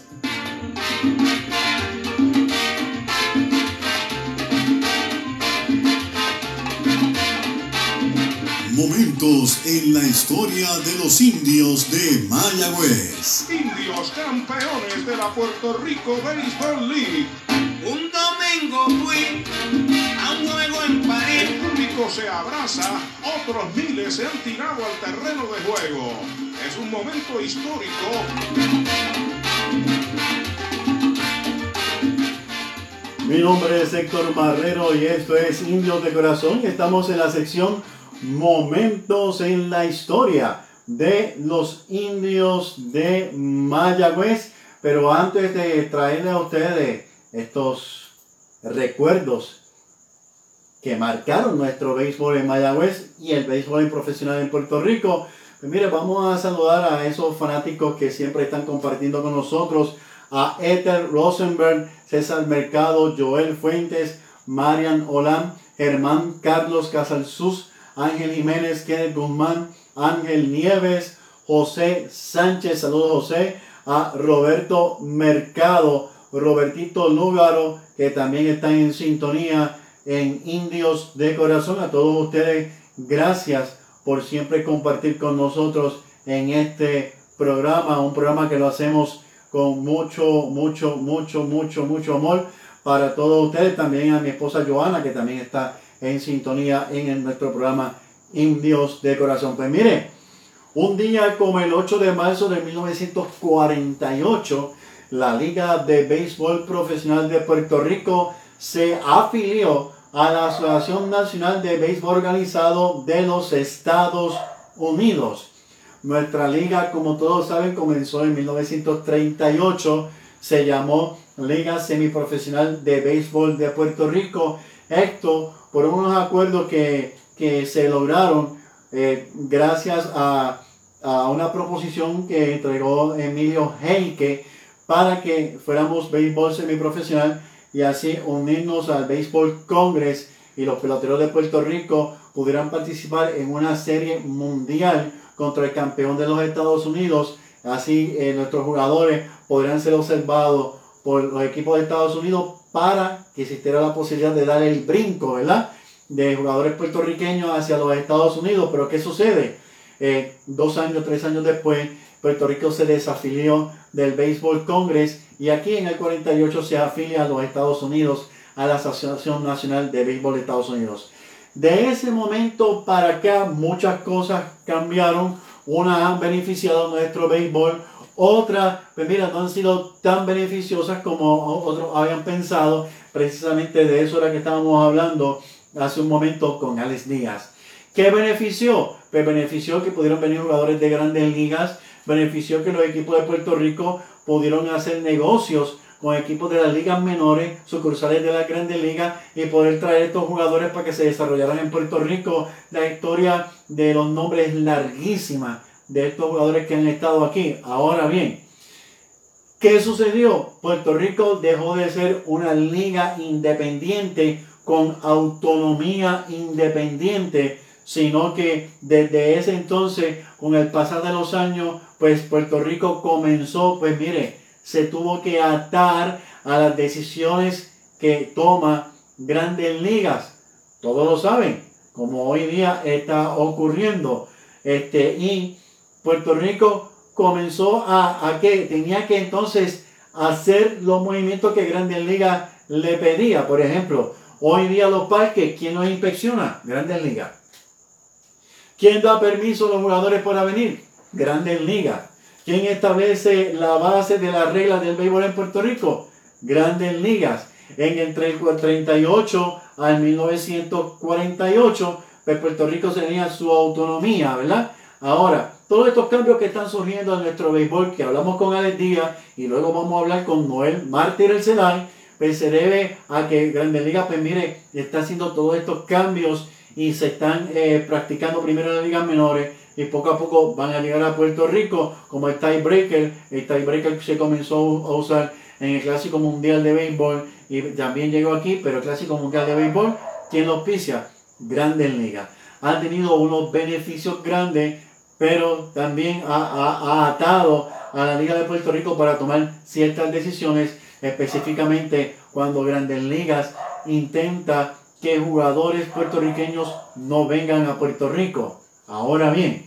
Momentos en la historia de los indios de Mayagüez. Indios campeones de la Puerto Rico Baseball League. Un domingo fui a un juego en París. El público se abraza, otros miles se han tirado al terreno de juego. Es un momento histórico. Mi nombre es Héctor Marrero y esto es Indios de Corazón y estamos en la sección Momentos en la historia de los indios de Mayagüez. Pero antes de traerle a ustedes estos recuerdos que marcaron nuestro béisbol en Mayagüez y el béisbol profesional en Puerto Rico, pues mire, vamos a saludar a esos fanáticos que siempre están compartiendo con nosotros: a Ether Rosenberg, César Mercado, Joel Fuentes, Marian Olán, Germán Carlos Casalsus, Ángel Jiménez, Kenneth Guzmán, Ángel Nieves, José Sánchez, saludos José, a Roberto Mercado, Robertito Lúgaro, que también están en sintonía en Indios de Corazón. A todos ustedes, gracias por siempre compartir con nosotros en este programa, un programa que lo hacemos con mucho, mucho, mucho, mucho, mucho amor para todos ustedes. También a mi esposa Joana, que también está en sintonía en el, nuestro programa Indios de Corazón. Pues mire, un día como el ocho de marzo de mil novecientos cuarenta y ocho, la Liga de Béisbol Profesional de Puerto Rico se afilió a la Asociación Nacional de Béisbol Organizado de los Estados Unidos. Nuestra liga, como todos saben, comenzó en mil novecientos treinta y ocho, se llamó Liga Semiprofesional de Béisbol de Puerto Rico. Esto por unos acuerdos que, que se lograron eh, gracias a, a una proposición que entregó Emilio Heike para que fuéramos béisbol semiprofesional y así unirnos al Baseball Congress y los peloteros de Puerto Rico pudieran participar en una serie mundial contra el campeón de los Estados Unidos. Así eh, nuestros jugadores podrían ser observados por los equipos de Estados Unidos para que existiera la posibilidad de dar el brinco, ¿verdad?, de jugadores puertorriqueños hacia los Estados Unidos. Pero ¿qué sucede? Eh, dos años, tres años después, Puerto Rico se desafilió del Baseball Congress y aquí en el cuarenta y ocho se afilia a los Estados Unidos a la Asociación Nacional de Béisbol de Estados Unidos. De ese momento para acá muchas cosas cambiaron. Unas han beneficiado a nuestro béisbol, otras, pues mira, no han sido tan beneficiosas como otros habían pensado. Precisamente de eso era que estábamos hablando hace un momento con Alex Díaz. ¿Qué benefició? Pues benefició que pudieron venir jugadores de grandes ligas, benefició que los equipos de Puerto Rico pudieron hacer negocios con equipos de las ligas menores, sucursales de las grandes ligas, y poder traer estos jugadores para que se desarrollaran en Puerto Rico. La historia de los nombres es larguísima de estos jugadores que han estado aquí. Ahora bien, ¿Qué sucedió? Puerto Rico dejó de ser una liga independiente con autonomía independiente, sino que desde ese entonces, con el pasar de los años, pues Puerto Rico comenzó, pues mire, se tuvo que atar a las decisiones que toma Grandes Ligas. Todos lo saben, como hoy día está ocurriendo. Este, y Puerto Rico comenzó a, a que tenía que entonces hacer los movimientos que Grandes Ligas le pedía. Por ejemplo, hoy día los parques, ¿quién los inspecciona? Grandes Ligas. ¿Quién da permiso a los jugadores para venir? Grandes Ligas. ¿Quién establece la base de las reglas del béisbol en Puerto Rico? Grandes Ligas. En el treinta y ocho al mil novecientos cuarenta y ocho, pues Puerto Rico tenía su autonomía, ¿verdad? Ahora, todos estos cambios que están surgiendo en nuestro béisbol, que hablamos con Alex Díaz y luego vamos a hablar con Noel Mártir El Celay, pues se debe a que Grandes Ligas, pues mire, está haciendo todos estos cambios y se están eh, practicando primero en las ligas menores y poco a poco van a llegar a Puerto Rico como el tiebreaker. El tiebreaker se comenzó a usar en el Clásico Mundial de Béisbol y también llegó aquí, pero el Clásico Mundial de Béisbol, ¿quién lo auspicia? Grandes Ligas. Han tenido unos beneficios grandes, pero también ha, ha, ha atado a la Liga de Puerto Rico para tomar ciertas decisiones, específicamente cuando Grandes Ligas intenta que jugadores puertorriqueños no vengan a Puerto Rico. Ahora bien,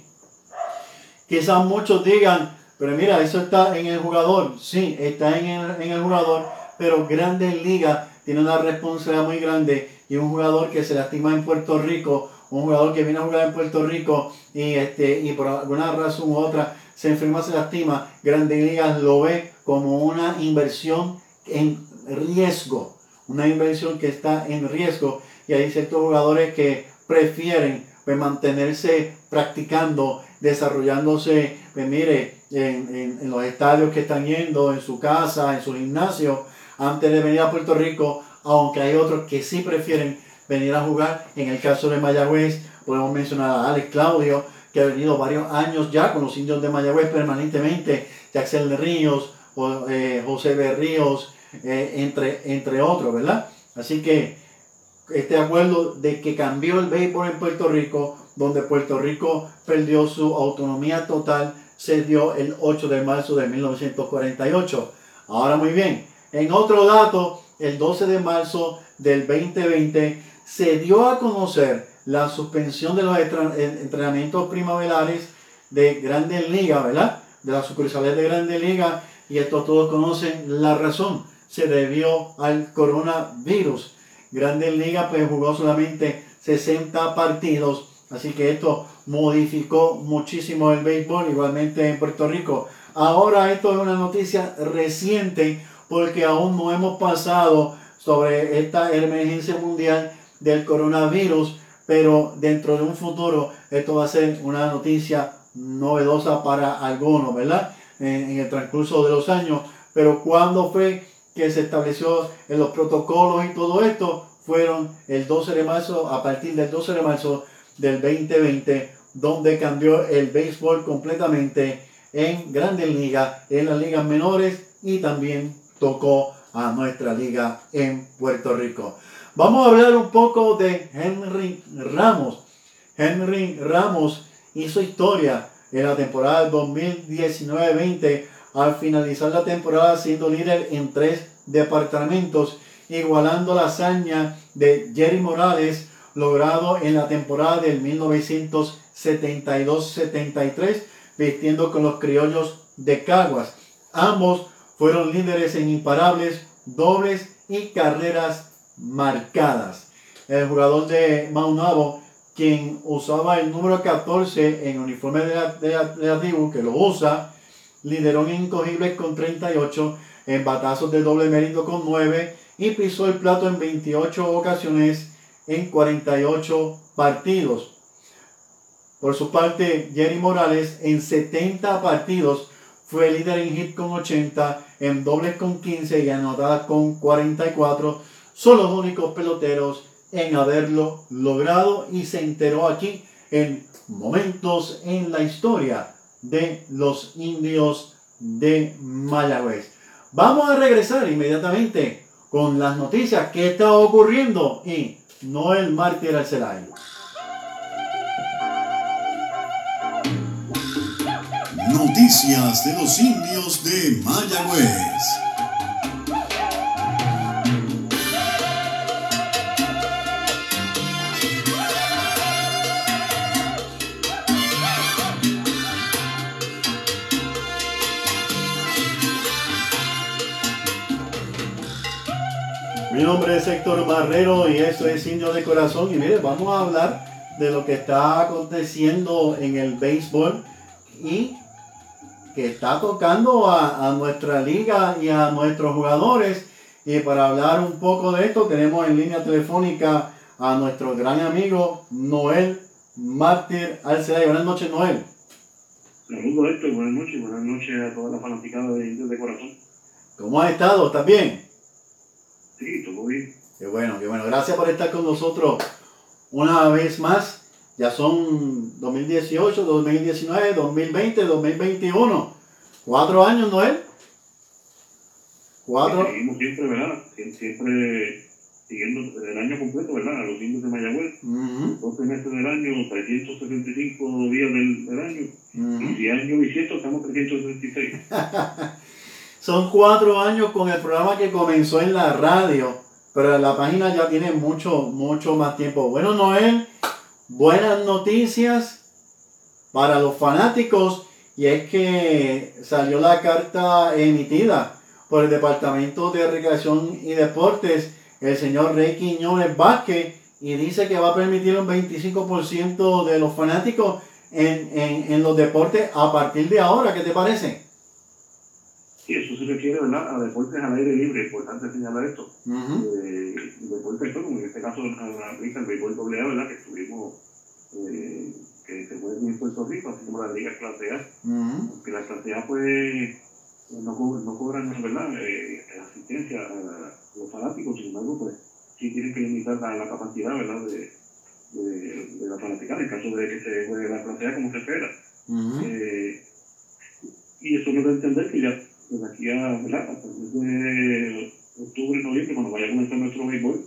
quizás muchos digan, pero mira, eso está en el jugador. Sí, está en el, en el jugador, pero Grandes Ligas tiene una responsabilidad muy grande y un jugador que se lastima en Puerto Rico, un jugador que viene a jugar en Puerto Rico y, este, y por alguna razón u otra se enferma, se lastima, Grandes Ligas lo ve como una inversión en riesgo, una inversión que está en riesgo, y hay ciertos jugadores que prefieren pues, mantenerse practicando, desarrollándose, pues mire, en, en, en los estadios que están yendo, en su casa, en su gimnasio, antes de venir a Puerto Rico, aunque hay otros que sí prefieren venir a jugar. En el caso de Mayagüez, podemos mencionar a Alex Claudio, que ha venido varios años ya con los Indios de Mayagüez permanentemente, Jackson de Ríos, o, eh, José Berríos, eh, entre, entre otros, ¿verdad? Así que este acuerdo de que cambió el béisbol en Puerto Rico, donde Puerto Rico perdió su autonomía total, se dio el ocho de marzo de mil novecientos cuarenta y ocho. Ahora muy bien, en otro dato, el doce de marzo del veinte veinte se dio a conocer la suspensión de los entrenamientos primaverales de Grandes Ligas, ¿verdad? De las sucursales de Grandes Ligas, y esto todos conocen la razón, se debió al coronavirus. Grandes Ligas pues jugó solamente sesenta partidos, así que esto modificó muchísimo el béisbol, igualmente en Puerto Rico. Ahora esto es una noticia reciente porque aún no hemos pasado sobre esta emergencia mundial del coronavirus, pero dentro de un futuro esto va a ser una noticia novedosa para algunos, ¿verdad? En, en el transcurso de los años. Pero ¿cuándo fue que se estableció en los protocolos y todo esto? Fueron el doce de marzo, a partir del doce de marzo del veinte veinte, donde cambió el béisbol completamente en Grandes Ligas, en las ligas menores, y también tocó a nuestra liga en Puerto Rico. Vamos a hablar un poco de Henry Ramos. Henry Ramos hizo historia en la temporada dos mil diecinueve veinte al finalizar la temporada siendo líder en tres departamentos, igualando la hazaña de Jerry Morales logrado en la temporada del mil novecientos setenta y dos setenta y tres vistiendo con los Criollos de Caguas. Ambos fueron líderes en imparables, dobles y carreras marcadas. El jugador de Maunabo, quien usaba el número catorce en uniforme de la, de la, de la tribu, que lo usa, lideró en incogibles con treinta y ocho, en batazos de doble mérito con nueve, y pisó el plato en veintiocho ocasiones en cuarenta y ocho partidos. Por su parte, Jerry Morales en setenta partidos fue líder en hit con ochenta, en dobles con quince y anotadas con cuarenta y cuatro. Son los únicos peloteros en haberlo logrado, y se enteró aquí en Momentos en la Historia de los Indios de Mayagüez. Vamos a regresar inmediatamente con las noticias que está ocurriendo y Noel Mártir Arcelay. Noticias de los indios de Mayagüez. Mi nombre es Héctor Barrero y esto es Indio de Corazón. Y mire, vamos a hablar de lo que está aconteciendo en el béisbol y que está tocando a, a nuestra liga y a nuestros jugadores. Y para hablar un poco de esto, tenemos en línea telefónica a nuestro gran amigo Noel Mártir Arcelay. Buenas noches, Noel. Saludos, Héctor. Buenas noches. Buenas noches a toda la fanaticada de Indios de Corazón. ¿Cómo has estado? ¿Estás bien? Sí, todo bien. Qué bueno, qué bueno. Gracias por estar con nosotros una vez más. Ya son dos mil dieciocho, dos mil diecinueve, dos mil veinte, dos mil veintiuno. Cuatro años, Noel. Cuatro. Sí, seguimos siempre, ¿verdad? Siempre siguiendo el año completo, ¿verdad? A los indios de Mayagüez. Uh-huh. doce meses del año, trescientos setenta y cinco días del, del año. Uh-huh. Y si año bisiesto, estamos trescientos sesenta y seis. Son cuatro años con el programa que comenzó en la radio, pero la página ya tiene mucho, mucho más tiempo. Bueno, Noel, buenas noticias para los fanáticos, y es que salió la carta emitida por el Departamento de Recreación y Deportes, el señor Rey Quiñones Vázquez, y dice que va a permitir un veinticinco por ciento de los fanáticos en, en, en los deportes a partir de ahora. ¿Qué te parece? Sí, eso se refiere, ¿verdad?, a deportes al aire libre. Importante señalar esto. Uh-huh. Eh, deportes, como en este caso aplica el béisbol doble A, ¿verdad?, que estuvimos, eh, que se puede en Puerto Rico, así como la liga clase A. Uh-huh. Que la clase A, pues, no, co- no cobran, ¿verdad?, eh, asistencia a los fanáticos. Sin embargo, pues, sí tienen que limitar la, la capacidad, ¿verdad?, de, de, de la fanaticada, en caso de que se juegue la clase A como se espera. Uh-huh. Eh, y eso nos da a entender que ya, pues aquí a, ¿verdad?, a partir de octubre, noviembre, cuando vaya a comenzar nuestro béisbol,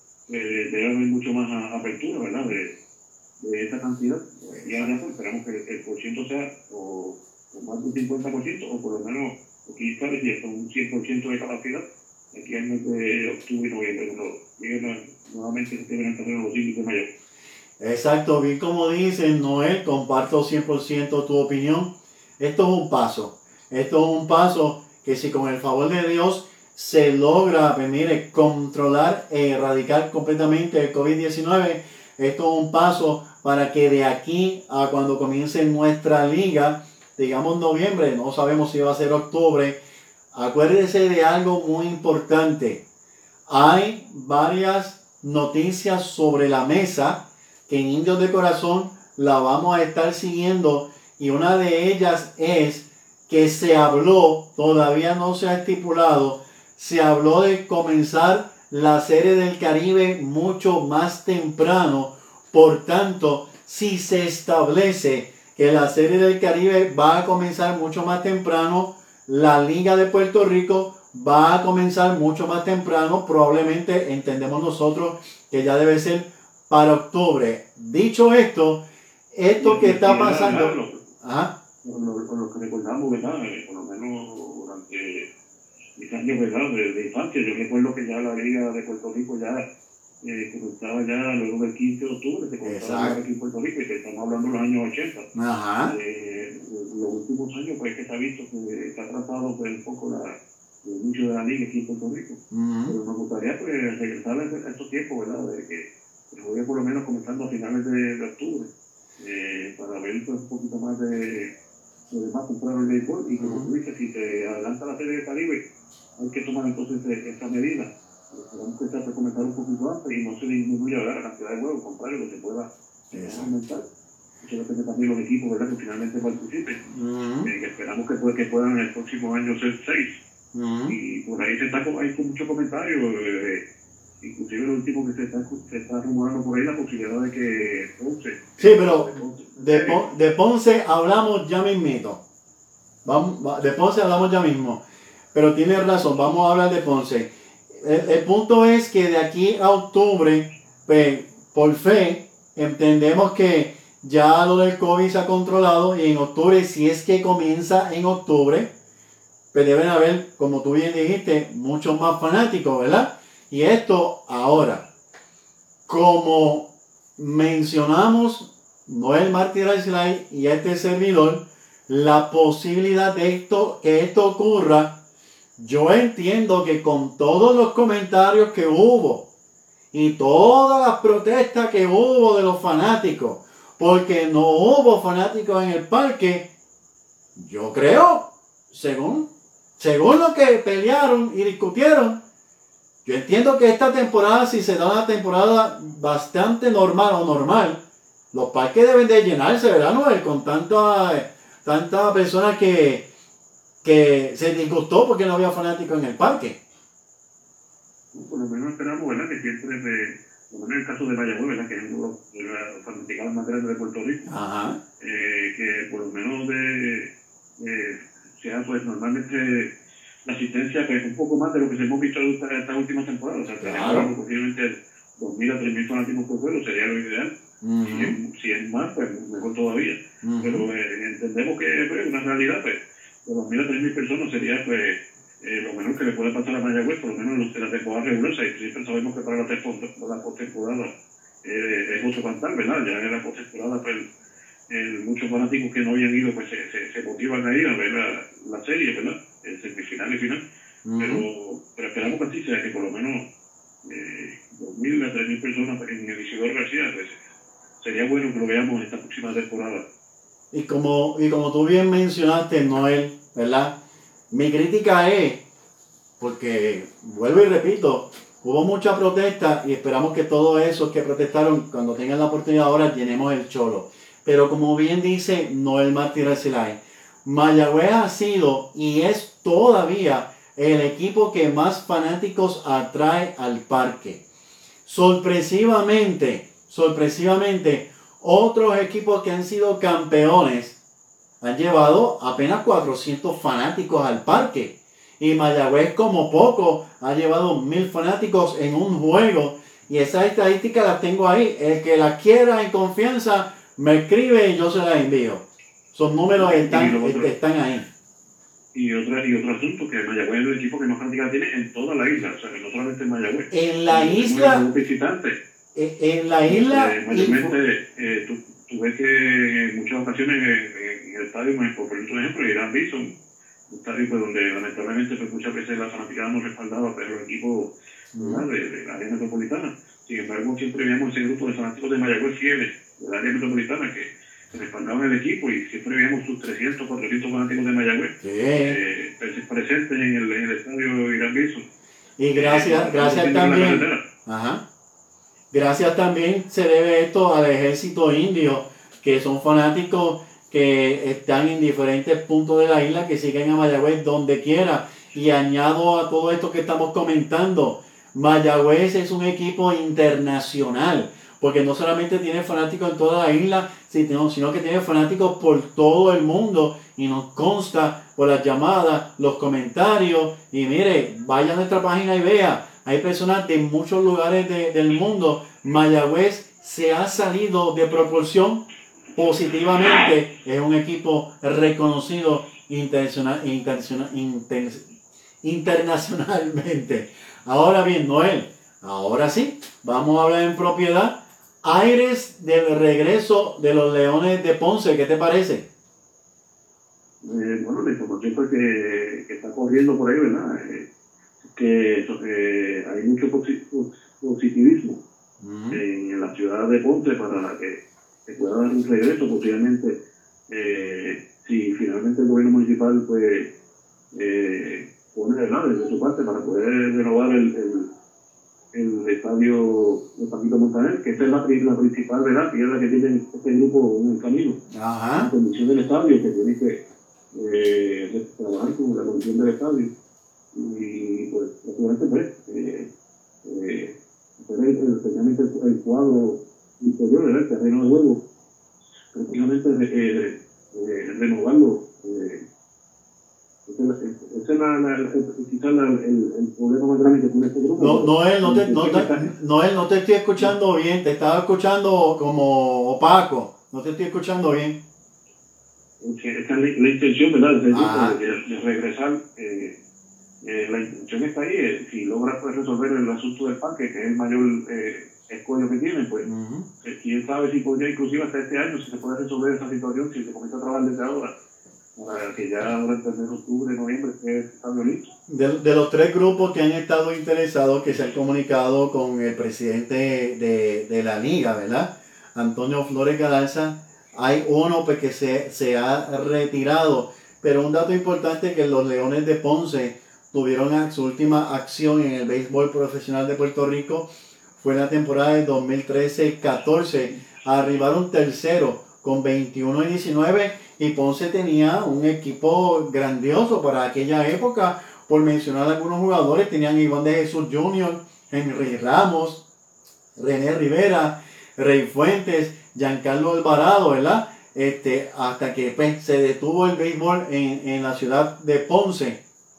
eh, debe haber mucho más a, apertura, ¿verdad?, de, de esa cantidad. Y ahora pues, esperamos que el, el por ciento sea o, o más del cincuenta por ciento, o por lo menos, aquí está hasta un cien por ciento de capacidad, aquí al mes de octubre y noviembre, cuando lleguen nuevamente se tienen que hacer los índices de mayor. Exacto, bien como dicen, Noel, comparto cien por ciento tu opinión. Esto es un paso, esto es un paso que si con el favor de Dios se logra, pues mire, controlar e erradicar completamente el COVID diecinueve, esto es un paso para que de aquí a cuando comience nuestra liga, digamos noviembre, no sabemos si va a ser octubre, acuérdese de algo muy importante. Hay varias noticias sobre la mesa que en Indios de Corazón la vamos a estar siguiendo, y una de ellas es que se habló, todavía no se ha estipulado, se habló de comenzar la Serie del Caribe mucho más temprano. Por tanto, si se establece que la Serie del Caribe va a comenzar mucho más temprano, la Liga de Puerto Rico va a comenzar mucho más temprano, probablemente entendemos nosotros que ya debe ser para octubre. Dicho esto, esto que está pasando... Ajá. Por lo, por lo que recordamos, ¿verdad?, eh, por lo menos durante mis años, ¿verdad?, de, de infancia, yo recuerdo que ya la Liga de Puerto Rico ya eh, comenzaba ya luego del quince de octubre, se comenzaba a jugar aquí en Puerto Rico, y que estamos hablando de los años ochenta. Ajá. Eh, los últimos años, pues, que se ha visto que se ha tratado pues, un poco la, el inicio de la Liga aquí en Puerto Rico. Uh-huh. Pero nos gustaría, pues, regresar a estos tiempos, ¿verdad?, de que se juegue por lo menos comenzando a finales de, de octubre. Eh, para ver pues, un poquito más de, de más temprano el béisbol, y como tú dices, si se adelanta la Serie del Caribe, hay que tomar entonces esa medida. Esperamos que se comenzar un poquito antes y no se disminuya la cantidad de juegos, al contrario, que se pueda aumentar. Eso depende también de los equipos, ¿verdad?, que finalmente participen. Uh-huh. Eh, que esperamos que, puede, que puedan en el próximo año ser seis. Uh-huh. Y por ahí se está hay con muchos comentarios. Eh, Inclusive lo último que se está, se está rumorando por ahí, la posibilidad de que Ponce... Sí, pero de, Ponce, de Ponce hablamos ya mismito. Vamos, de Ponce hablamos ya mismo. pero tienes razón, vamos a hablar de Ponce. El, el punto es que de aquí a octubre, pues, por fe, entendemos que ya lo del COVID se ha controlado y en octubre, si es que comienza en octubre, pues deben haber, como tú bien dijiste, muchos más fanáticos, ¿verdad? Y esto ahora, como mencionamos, Noel Martínez Arcelay y este servidor, la posibilidad de esto, que esto ocurra, yo entiendo que con todos los comentarios que hubo y todas las protestas que hubo de los fanáticos, porque no hubo fanáticos en el parque, yo creo, según, según lo que pelearon y discutieron, yo entiendo que esta temporada, si se da una temporada bastante normal o normal, los parques deben de llenarse, ¿verdad, Noel? Con tanta, tanta personas que, que se disgustó porque no había fanáticos en el parque. Por lo menos esperamos, ¿verdad? Que siempre, de, por lo menos en el caso de Mayagüez, ¿verdad? Que es uno de los fanaticados más grandes de Puerto Rico. Ajá. Eh, que por lo menos de, eh, sea, pues normalmente la asistencia pues un poco más de lo que se hemos visto esta, esta última temporada. O sea, claro. Tenemos posiblemente dos mil a tres mil fanáticos por juego, sería lo ideal. Uh-huh. si, es, si es más, pues mejor todavía. Uh-huh. Pero eh, entendemos que pues, una realidad, pues, de dos mil a tres mil personas sería pues eh, lo menos que le puede pasar a Mayagüez, por lo menos en la temporada regular. Y siempre sabemos que para la, la postemporada eh, es otro cantar, ¿verdad? Ya en la postemporada, pues eh, muchos fanáticos que no habían ido, pues se, se, se motivan a ir a ver la, la serie, ¿verdad? El semifinal y final. Uh-huh. pero, pero esperamos que así sea, que por lo menos eh, dos mil a tres mil personas en el Isidoro García, pues sería bueno que lo veamos en esta próxima temporada. Y como, y como tú bien mencionaste, Noel, ¿verdad? Mi crítica es, porque vuelvo y repito, hubo mucha protesta y esperamos que todos esos que protestaron, cuando tengan la oportunidad ahora, llenemos el cholo. Pero como bien dice Noel Martínez Arcelay, Mayagüez ha sido y es todavía el equipo que más fanáticos atrae al parque. Sorpresivamente, sorpresivamente, otros equipos que han sido campeones han llevado apenas cuatrocientos fanáticos al parque. Y Mayagüez, como poco, ha llevado mil fanáticos en un juego. Y esas estadísticas las tengo ahí. El que las quiera en confianza, me escribe y yo se las envío. Son números que están, otro, están ahí. Y, otra, y otro asunto, que Mayagüez es el equipo que más fanáticos tiene en toda la isla. O sea, que no solamente en Mayagüez. En la isla... Un visitante. En la isla... Eh, mayormente, eh, tú, tú ves que en muchas ocasiones en, en el estadio, por ejemplo, Irán Bison, un estadio pues, donde lamentablemente pues, muchas veces la fanaticada no respaldaba, pero el equipo ¿verdad? De, de la área metropolitana. Sin embargo, siempre veíamos ese grupo de fanáticos de Mayagüez fieles, del área metropolitana, que, que respaldaban el equipo, y siempre veíamos sus trescientos, cuatrocientos fanáticos de Mayagüez sí. eh, presentes en el, en el estadio Irán Bison. Y gracias, eh, gracias también. Ajá. Gracias también se debe esto al ejército indio, que son fanáticos que están en diferentes puntos de la isla, que siguen a Mayagüez donde quiera. Y añado a todo esto que estamos comentando, Mayagüez es un equipo internacional, porque no solamente tiene fanáticos en toda la isla, sino, sino que tiene fanáticos por todo el mundo, y nos consta por las llamadas, los comentarios. Y mire, vaya a nuestra página y vea, hay personas de muchos lugares de, del mundo. Mayagüez se ha salido de proporción positivamente. Es un equipo reconocido internacional, internacional, inter, internacionalmente. Ahora bien, Noel, ahora sí, vamos a hablar en propiedad. Aires del regreso de los Leones de Ponce, ¿qué te parece? Eh, bueno, la información pues, que, que está corriendo por ahí, ¿verdad? Eh, que eh, hay mucho positivismo uh-huh. en la ciudad de Ponce para que, que pueda dar un regreso, posiblemente, eh, si finalmente el gobierno municipal pues eh, pone ¿verdad? de su parte para poder renovar el, el, el estadio de Paquito Montaner, que esa es la, la principal ¿verdad? piedra que tiene este grupo en el camino. Ajá. La condición del estadio, que tiene que eh, trabajar con la condición del estadio. Y pues, prácticamente pues, eh, eh, especialmente el, el cuadro interior, ¿verdad? El terreno de juego, prácticamente eh, eh, renovarlo. Eh, esa es la, la, la, el, el problema más grande que tiene este grupo. No, Noel, no te, no, te, Noel, no te estoy escuchando bien, te estaba escuchando como opaco, no te estoy escuchando bien. Esta es la, la intención, ¿verdad? De, de, de regresar, eh, eh, la intención está ahí, eh, si logra pues, resolver el asunto del parque, que es el mayor eh, escollo que tiene, pues uh-huh. eh, quién sabe si podría inclusive hasta este año, si se puede resolver esa situación, si se comienza a trabajar desde ahora, para que ya durante el mes de octubre, noviembre esté estadio listo. De, de los tres grupos que han estado interesados, que se han comunicado con el presidente de, de la liga, ¿verdad? Antonio Flores Galarza, hay uno pues, que se, se ha retirado, pero un dato importante es que los Leones de Ponce tuvieron su última acción en el béisbol profesional de Puerto Rico, fue en la temporada de dos mil trece catorce, arribaron tercero con veintiuno y diecinueve, y Ponce tenía un equipo grandioso para aquella época, por mencionar algunos jugadores, tenían Iván de Jesús junior, Henry Ramos, René Rivera, Rey Fuentes, Giancarlo Alvarado, ¿verdad? Este, hasta que pues, se detuvo el béisbol en, en la ciudad de Ponce.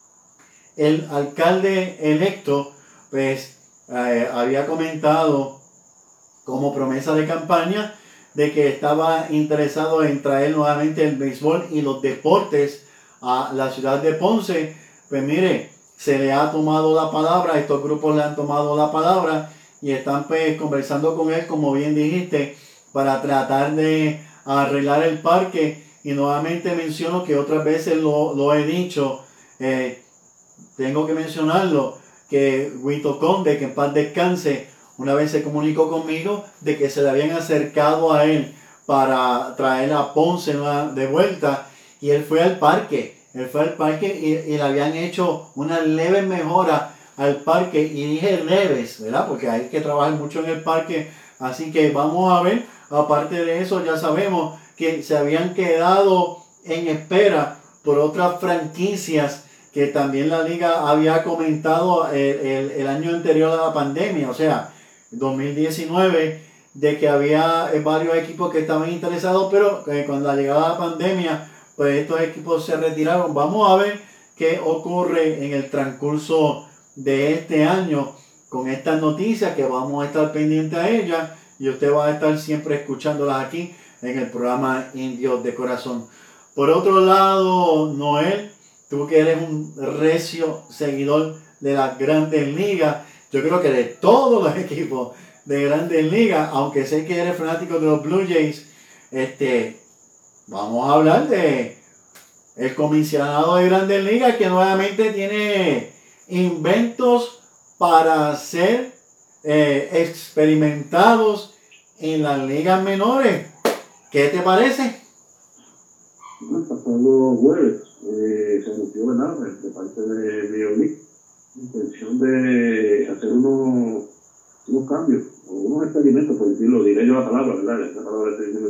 El alcalde electo pues, eh, había comentado como promesa de campaña de que estaba interesado en traer nuevamente el béisbol y los deportes a la ciudad de Ponce. Pues mire, se le ha tomado la palabra, estos grupos le han tomado la palabra y están pues conversando con él, como bien dijiste, para tratar de arreglar el parque. Y nuevamente menciono que otras veces lo, lo he dicho, eh, tengo que mencionarlo, que Huito Conde, que en paz descanse, una vez se comunicó conmigo de que se le habían acercado a él para traer a Ponce de vuelta, y él fue al parque, él fue al parque y, y le habían hecho una leve mejora al parque, y dije leves, ¿verdad? Porque hay que trabajar mucho en el parque, así que vamos a ver. Aparte de eso, ya sabemos que se habían quedado en espera por otras franquicias que también la liga había comentado el, el, el año anterior a la pandemia, o sea, dos mil diecinueve, de que había varios equipos que estaban interesados, pero eh, con la llegada de la pandemia, pues estos equipos se retiraron. Vamos a ver qué ocurre en el transcurso de este año con estas noticias, que vamos a estar pendientes a ellas, y usted va a estar siempre escuchándolas aquí en el programa Indios de Corazón. Por otro lado, Noel, tú que eres un recio seguidor de las Grandes Ligas, yo creo que de todos los equipos de Grandes Ligas, aunque sé que eres fanático de los Blue Jays, este, vamos a hablar de el comisionado de Grandes Ligas, que nuevamente tiene inventos para ser eh, experimentados en las ligas menores. ¿Qué te parece? El pasado jueves eh, se anunció, ¿verdad?, de parte de Major League la intención de hacer unos, unos cambios, o unos experimentos, por decirlo, diré yo la palabra, ¿verdad?, la palabra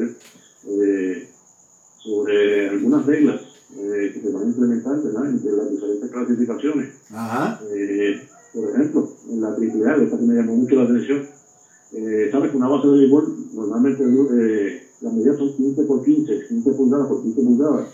eh, sobre algunas reglas eh, que se van a implementar, ¿verdad?, entre las diferentes clasificaciones. Ajá. Eh, por ejemplo, en la triple A, esta que me llamó mucho la atención, eh, sabes que una base de béisbol normalmente eh, las medidas son quince por quince, quince pulgadas por quince pulgadas.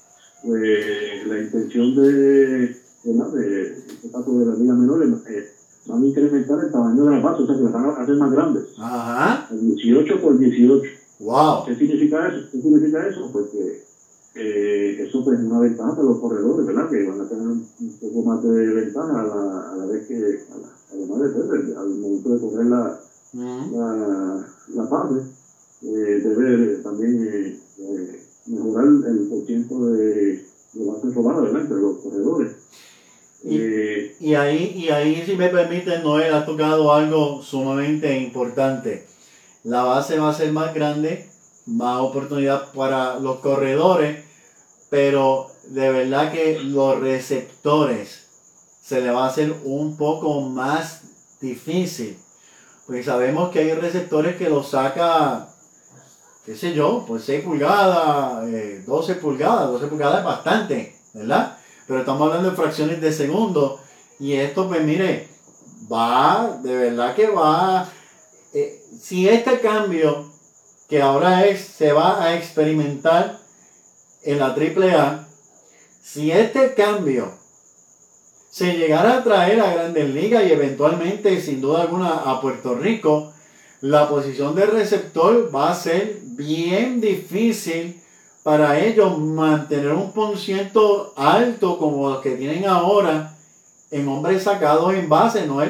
Pues la intención de, ¿verdad?, de este caso de las ligas menores, eh, van a incrementar el tamaño de las bases, o sea que las van a hacer más grandes. Ajá. dieciocho por dieciocho. Wow. ¿Qué significa eso? ¿Qué significa eso? Pues que eh, eso pues, es una ventaja para los corredores, ¿verdad?, que van a tener un poco más de ventaja a la, a la vez que, a la, además de ser, al momento de correr la, uh-huh. la, la base, eh, debe también eh, eh, mejorar el porciento de, de bases robadas, ¿verdad?, entre los corredores. Y, eh, y, ahí, y ahí, si me permite, Noel, ha tocado algo sumamente importante. La base va a ser más grande, más oportunidad para los corredores, pero de verdad que los receptores se le va a hacer un poco más difícil, porque sabemos que hay receptores que los saca, qué sé yo, pues seis pulgadas, eh, doce pulgadas, doce pulgadas es bastante, ¿verdad? Pero estamos hablando de fracciones de segundo, y esto pues mire, va, de verdad que va, eh, si este cambio que ahora es, se va a experimentar en la triple A, si este cambio se llegara a traer a Grandes Ligas y eventualmente, sin duda alguna, a Puerto Rico, la posición de receptor va a ser bien difícil para ellos mantener un por ciento alto como los que tienen ahora en hombres sacados en base, ¿no es?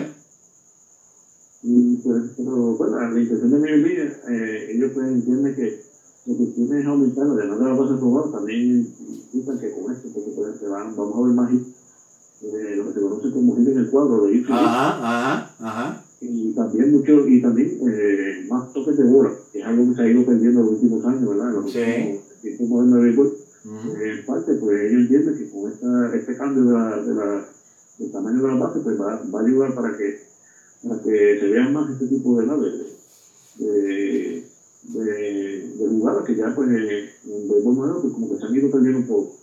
Pero, pero bueno, la intención de mi vida, eh, ellos pues entienden que lo que tienen es aumentar, además de la base probada, también implican que con esto, porque pues, se van, vamos a ver más eh, lo que se conoce como hit en el cuadro de hit. Ajá, ajá, ajá. Y también mucho, y también eh, más toques de bola, que es algo que se ha ido perdiendo en los últimos años, ¿verdad? En los sí. últimos tiempos modernos de béisbol. Uh-huh. eh, en parte, pues ellos entienden que con esta, este cambio de la, de la, del tamaño de la base, pues va, va a ayudar para que, para que se vean más este tipo de naves, de, de, de, de jugadas que ya, pues, en el béisbol nuevo, pues como que se han ido perdiendo un poco.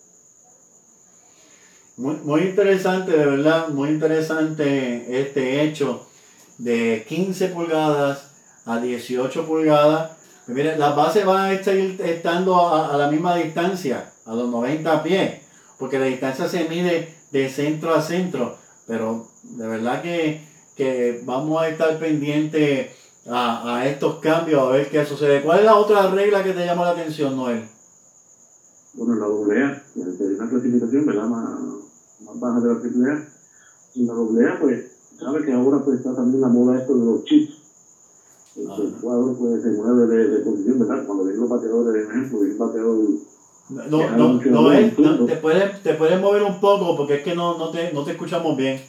Muy, muy interesante, de verdad, muy interesante este hecho de quince pulgadas a dieciocho pulgadas. Pues miren, las bases van a estar estando a, a la misma distancia, a los noventa pies, porque la distancia se mide de centro a centro, pero de verdad que, que vamos a estar pendientes a, a estos cambios, a ver qué sucede. ¿Cuál es la otra regla que te llamó la atención, Noel? Bueno, la doble A, que es una clasificación, ¿verdad?, más, más baja de la triple A. Y la doble A, pues, sabe que ahora pues está también la moda esto de los chips. El, ah, el jugador pues se mueve de, de posición, ¿verdad? Cuando ven los bateadores, por ejemplo, y un bateador... No, no, no, es, no te, puedes, te puedes mover un poco porque es que no, no, te, no te escuchamos bien.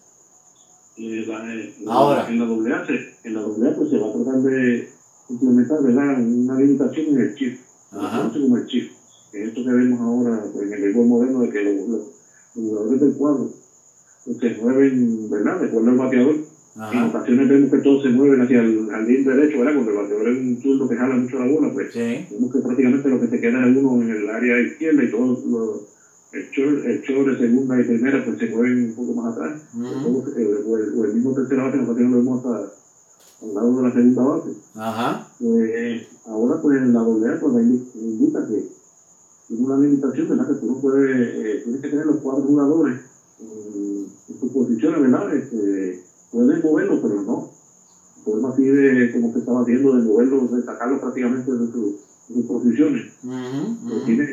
Eh, la, eh, ahora. En la doble A, en la doble A pues se va a tratar de implementar, ¿verdad?, una limitación en el chip. Ajá. Como el chip. Que esto que vemos ahora pues, en el béisbol moderno de que los, los, los jugadores del cuadro pues, se mueven, ¿verdad?, de acuerdo al bateador. Ajá. En ocasiones vemos que todos se mueven hacia el jardín derecho, ¿verdad? Cuando el bateador es un zurdo que jala mucho la bola, pues sí. Vemos que prácticamente lo que se queda es uno en el área izquierda y todos los el short, el short de segunda y primera pues se mueven un poco más atrás. Uh-huh. Todos, eh, o, el, o el mismo tercera base en ocasiones lo vemos hasta al lado de la segunda base. Ajá. Pues ahora pues en la doble A pues indica que tiene una limitación, ¿verdad? Que tú no puedes, eh, tienes que tener los cuatro jugadores en, en sus posiciones, ¿verdad? Este, pueden moverlo, pero no. Podemos así de, como se estaba haciendo, de moverlo, de sacarlo prácticamente de, su, de sus posiciones. Uh-huh, uh-huh. Tiene,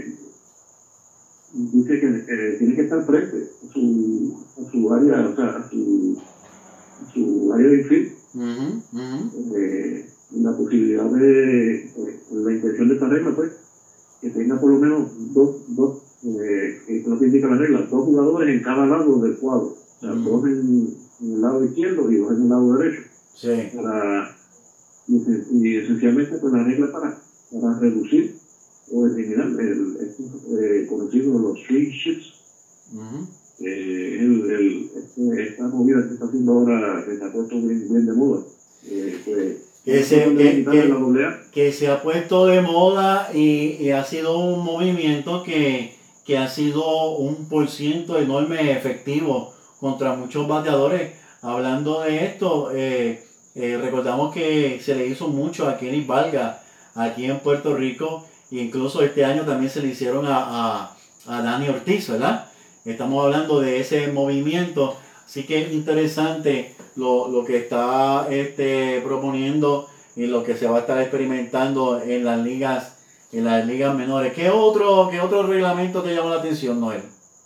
dice que eh, tiene que estar frente a su, a su área, o sea, a su, a su área de infield. Uh-huh, uh-huh. Eh, la posibilidad de, eh, la intención de esta regla, pues, que tenga por lo menos dos, dos eh, que es lo que indica la regla, dos jugadores en cada lado del cuadro. O sea, uh-huh. dos en, en el lado izquierdo y dos en el lado derecho. Sí. Para, y, y esencialmente pues la regla para, para reducir o eliminar el, el, el eh, conocido los swing shifts. Uh-huh. Eh, el, el, este, esta movida que está haciendo ahora, que se ha puesto bien, bien de moda. Eh, pues, que, se, que, que, que se ha puesto de moda y, y ha sido un movimiento que, que ha sido un por ciento enorme efectivo contra muchos bateadores. Hablando de esto, eh, eh, recordamos que se le hizo mucho a Kenny Vargas aquí en Puerto Rico, e incluso este año también se le hicieron a, a, a Dani Ortiz, ¿verdad? Estamos hablando de ese movimiento, así que es interesante lo, lo que está este, proponiendo y lo que se va a estar experimentando en las ligas, en las ligas menores. ¿Qué otro, qué otro reglamento te llamó la atención, Noel?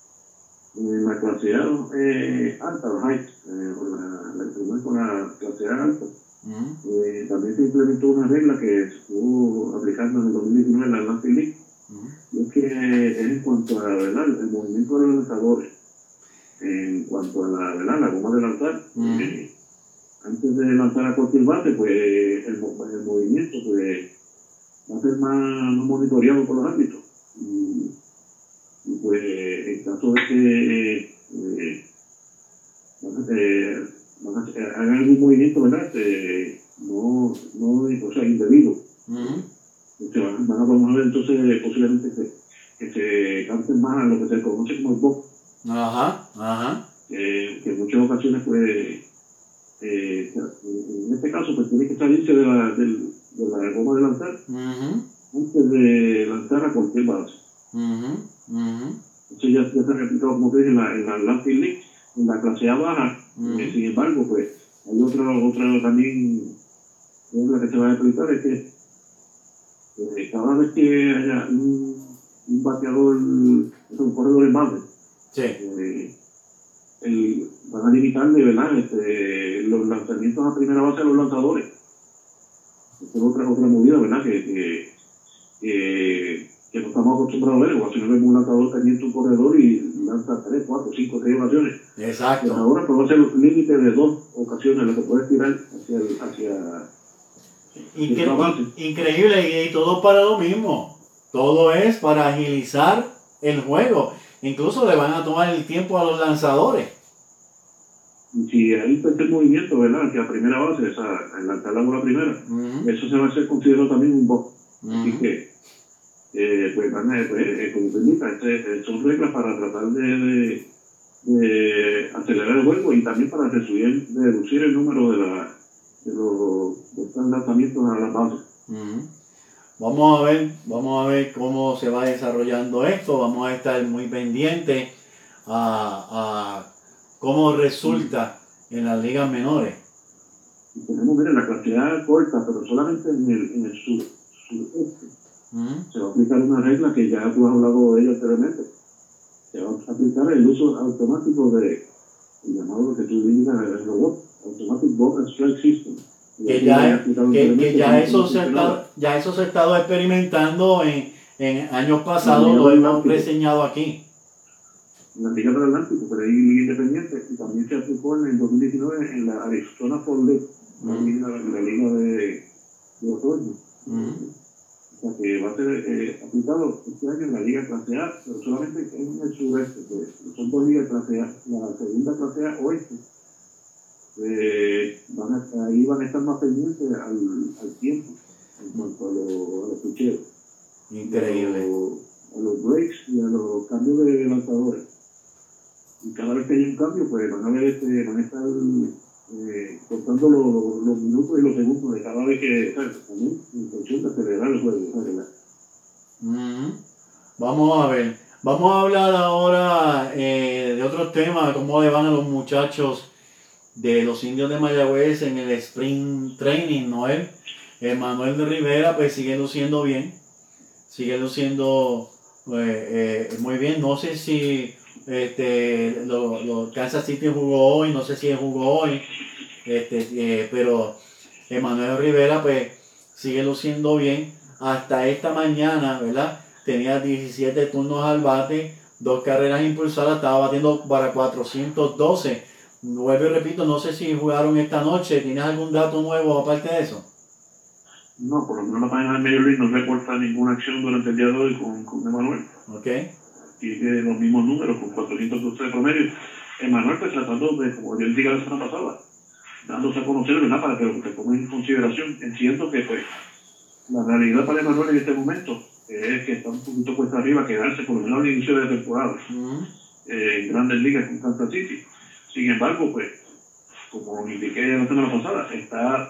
En la clase A eh, alta, la height, eh, la, la, con la clase A alta, uh-huh. eh, también se implementó una regla que estuvo aplicando en el dos mil diecinueve en la Atlantic League, uh-huh. y es que es en cuanto a ¿verdad? El movimiento de los lanzadores, en cuanto a la, ¿verdad? La goma de lanzar, uh-huh. eh, antes de lanzar a cualquier base, pues el, el movimiento pues, va a ser más, más monitoreado por los árbitros. Y, Y pues, en caso de que eh, eh, hagan algún movimiento, ¿verdad? Eh, no, no, o sea, indebido. Uh-huh. O sea, van a vamos a ver entonces posiblemente que, que se canten más a lo que se conoce como el box. Ajá, ajá. Eh, que en muchas ocasiones, pues, eh, en este caso, pues tiene que salirse de la, de, de la goma de lanzar uh-huh. antes de lanzar a cualquier base. Uh-huh. Uh-huh. Eso ya, ya se ha replicado, como te dije, en la, en la Atlantic League, en la clase A baja. Mm. Eh, sin embargo, pues hay otro, otro también regla que se va a aplicar, es que eh, cada vez que haya un, un bateador, un corredor en base, Sí. eh, el, van a limitarle, ¿verdad? Este, los lanzamientos a primera base a los lanzadores. Esta es otra, otra movida, ¿verdad? Que, que, que, que no estamos acostumbrados a ver, o si no vemos un lanzador teniendo un corredor y lanza tres, cuatro, cinco, seis ocasiones. Exacto. Pero ahora pues va a ser un límite de dos ocasiones lo que puedes tirar hacia, el, hacia Incre- increíble, y todo para lo mismo. Todo es para agilizar el juego. Incluso le van a tomar el tiempo a los lanzadores. Si hay este movimiento, ¿verdad? Que a primera base, o sea, en lanzar la bola primera, uh-huh. Eso se va a ser considerado también un box. Uh-huh. Así que, eh, pues van a, pues, eh, como te indica, este, son reglas para tratar de, de, de acelerar el juego y también para reducir, reducir el número de, la, de los, de los lanzamientos a las bases. Uh-huh. Vamos a ver, vamos a ver cómo se va desarrollando esto. Vamos a estar muy pendientes a, a cómo resulta en las ligas menores. Y tenemos, miren, la clase A corta, pero solamente en el, en el sur, sureste. Uh-huh. Se va a aplicar una regla que ya tú has hablado de ella anteriormente. Se va a aplicar el uso automático de, el llamado lo que tú digas, el robot, Automatic Ball and Strike System. Que ya, que, que ya, eso se está, ya eso se ha estado experimentando en, en años pasados, lo hemos reseñado aquí. En la Liga del Atlántico, pero hay Liga Independiente, y también se aplicó en el dos mil diecinueve en la Arizona Fall League, uh-huh. la, liga, la liga de, de otoño. Uh-huh. O sea que va a ser eh, aplicado este año en la Liga Clase A, pero solamente en el sureste, que son dos ligas Clase A. La segunda Clase A oeste. Eh, van a, ahí van a estar más pendientes al, al tiempo en cuanto a, lo, a los picheos, increíble, a, lo, a los breaks y a los cambios de lanzadores, y cada vez que hay un cambio pues van a ver este, van a estar eh, contando los, los minutos y los segundos de cada vez que, ¿sabes? También intención de acelerar el juego, ¿sabes? Mm-hmm. Vamos a ver, vamos a hablar ahora eh, de otros temas, cómo le van a los muchachos de los Indios de Mayagüez en el Spring Training, Noel. Manuel de Rivera pues sigue luciendo bien, sigue luciendo eh, eh, muy bien. No sé si este, lo, lo Kansas City jugó hoy, no sé si él jugó hoy, este, eh, pero Manuel Rivera pues sigue luciendo bien. Hasta esta mañana, ¿verdad? Tenía diecisiete turnos al bate, dos carreras impulsadas, estaba batiendo para cuatrocientos doce. Vuelvo y repito, no sé si jugaron esta noche. ¿Tienes algún dato nuevo aparte de eso? No, por lo menos la página de Major League no reporta ninguna acción durante el día de hoy con, con Emanuel. Ok. Tiene los mismos números, con cuatrocientos doce de promedio. Emanuel, pues tratando de, como yo dije la semana pasada, dándose a conocer, ¿verdad? Para que lo que tomen en consideración. Entiendo que, pues, la realidad para Emanuel en este momento es que está un poquito cuesta arriba, quedarse por lo menos al inicio de la temporada uh-huh. eh, en Grandes Ligas con Kansas City. Sin embargo, pues, como indiqué la semana pasada, está,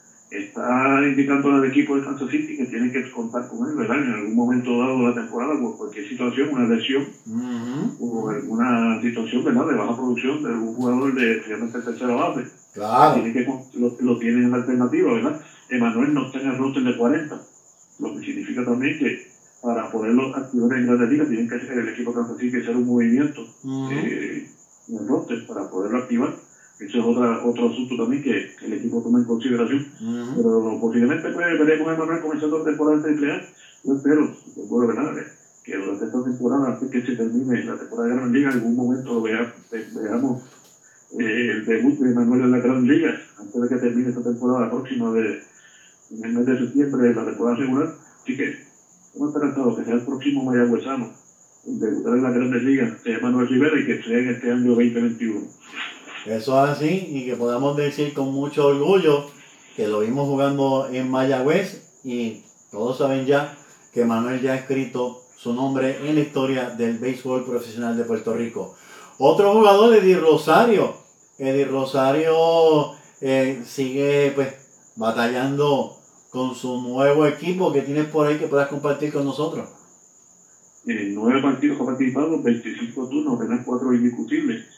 está indicando al equipo de Kansas City que tiene que contar con él, ¿verdad? En algún momento dado de la temporada, por cualquier situación, una lesión, uh-huh. o alguna situación, ¿verdad?, de baja producción de algún jugador de, especialmente el tercera base. Claro. Tiene que, lo, lo tienen en la alternativa, ¿verdad? Emanuel no está en el roster de cuarenta, lo que significa también que para poderlo activar en Grandes Ligas tienen que hacer el equipo de Kansas City hacer un movimiento. Uh-huh. eh, en el roster para poderlo activar. Eso es otra, otro asunto también que, que el equipo toma en consideración. Uh-huh. Pero posiblemente pues, veremos a Emanuel comenzando la temporada de triple A. Yo espero, bueno, ¿verdad? Que durante esta temporada, antes que se termine la temporada de Gran Liga, en algún momento lo vea, veamos eh, el debut de Emanuel en la Gran Liga, antes de que termine esta temporada próxima de, en el mes de septiembre de la temporada regular. Así que hemos esperanzado que sea el próximo mayagüezano debutar en la Grandes Ligas, se llama Manuel Rivera, y que sea en este año veinte veintiuno. Eso es así, y que podamos decir con mucho orgullo que lo vimos jugando en Mayagüez, y todos saben ya que Manuel ya ha escrito su nombre en la historia del béisbol profesional de Puerto Rico. Otro jugador, Eddie Rosario. Eddie Rosario eh, sigue pues batallando con su nuevo equipo. Que tienes por ahí que puedas compartir con nosotros? En nueve partidos que ha participado, veinticinco turnos, apenas cuatro indiscutibles,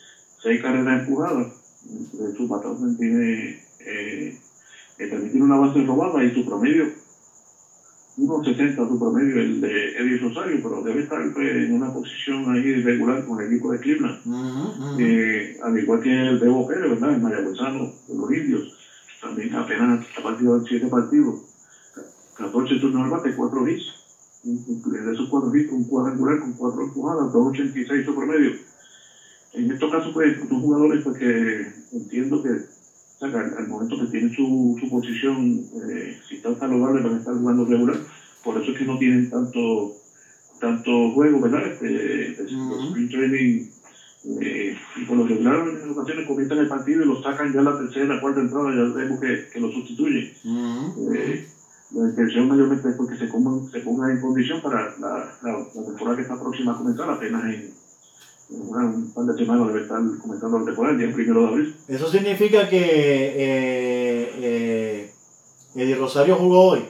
seis carreras empujadas. De su batalla tiene, eh, eh, también tiene una base robada y su promedio, uno sesenta su promedio, el de Eddie Rosario, pero debe estar pues, en una posición ahí regular con el equipo de Cleveland. Uh -huh. eh, al igual que el Bebo Pérez, ¿verdad? El mayagüezano de los indios. También apenas ha partido en siete partidos. catorce turnos al bate, cuatro hits. De esos cuatro hits, un cuadrangular con cuatro empujadas, dos ochenta y seis su promedio. En estos casos, pues, son jugadores pues, que entiendo que o sea, al, al momento que tienen su, su posición, eh, si están saludables, van a estar jugando regular. Por eso es que no tienen tanto tanto juego, ¿verdad? Este, este, uh-huh. Los sprint training, eh, y por lo regular, en ocasiones comienzan el partido y lo sacan ya la tercera, la cuarta entrada, ya vemos que, que lo sustituyen. Uh-huh. eh, La intención mayormente es porque se pongan, se pongan en condición para la, la, la temporada que está próxima a comenzar, apenas en, en una, un par de semanas debe estar comenzando la temporada, el día primero de abril. Eso significa que eh, eh, Eddie Rosario jugó hoy.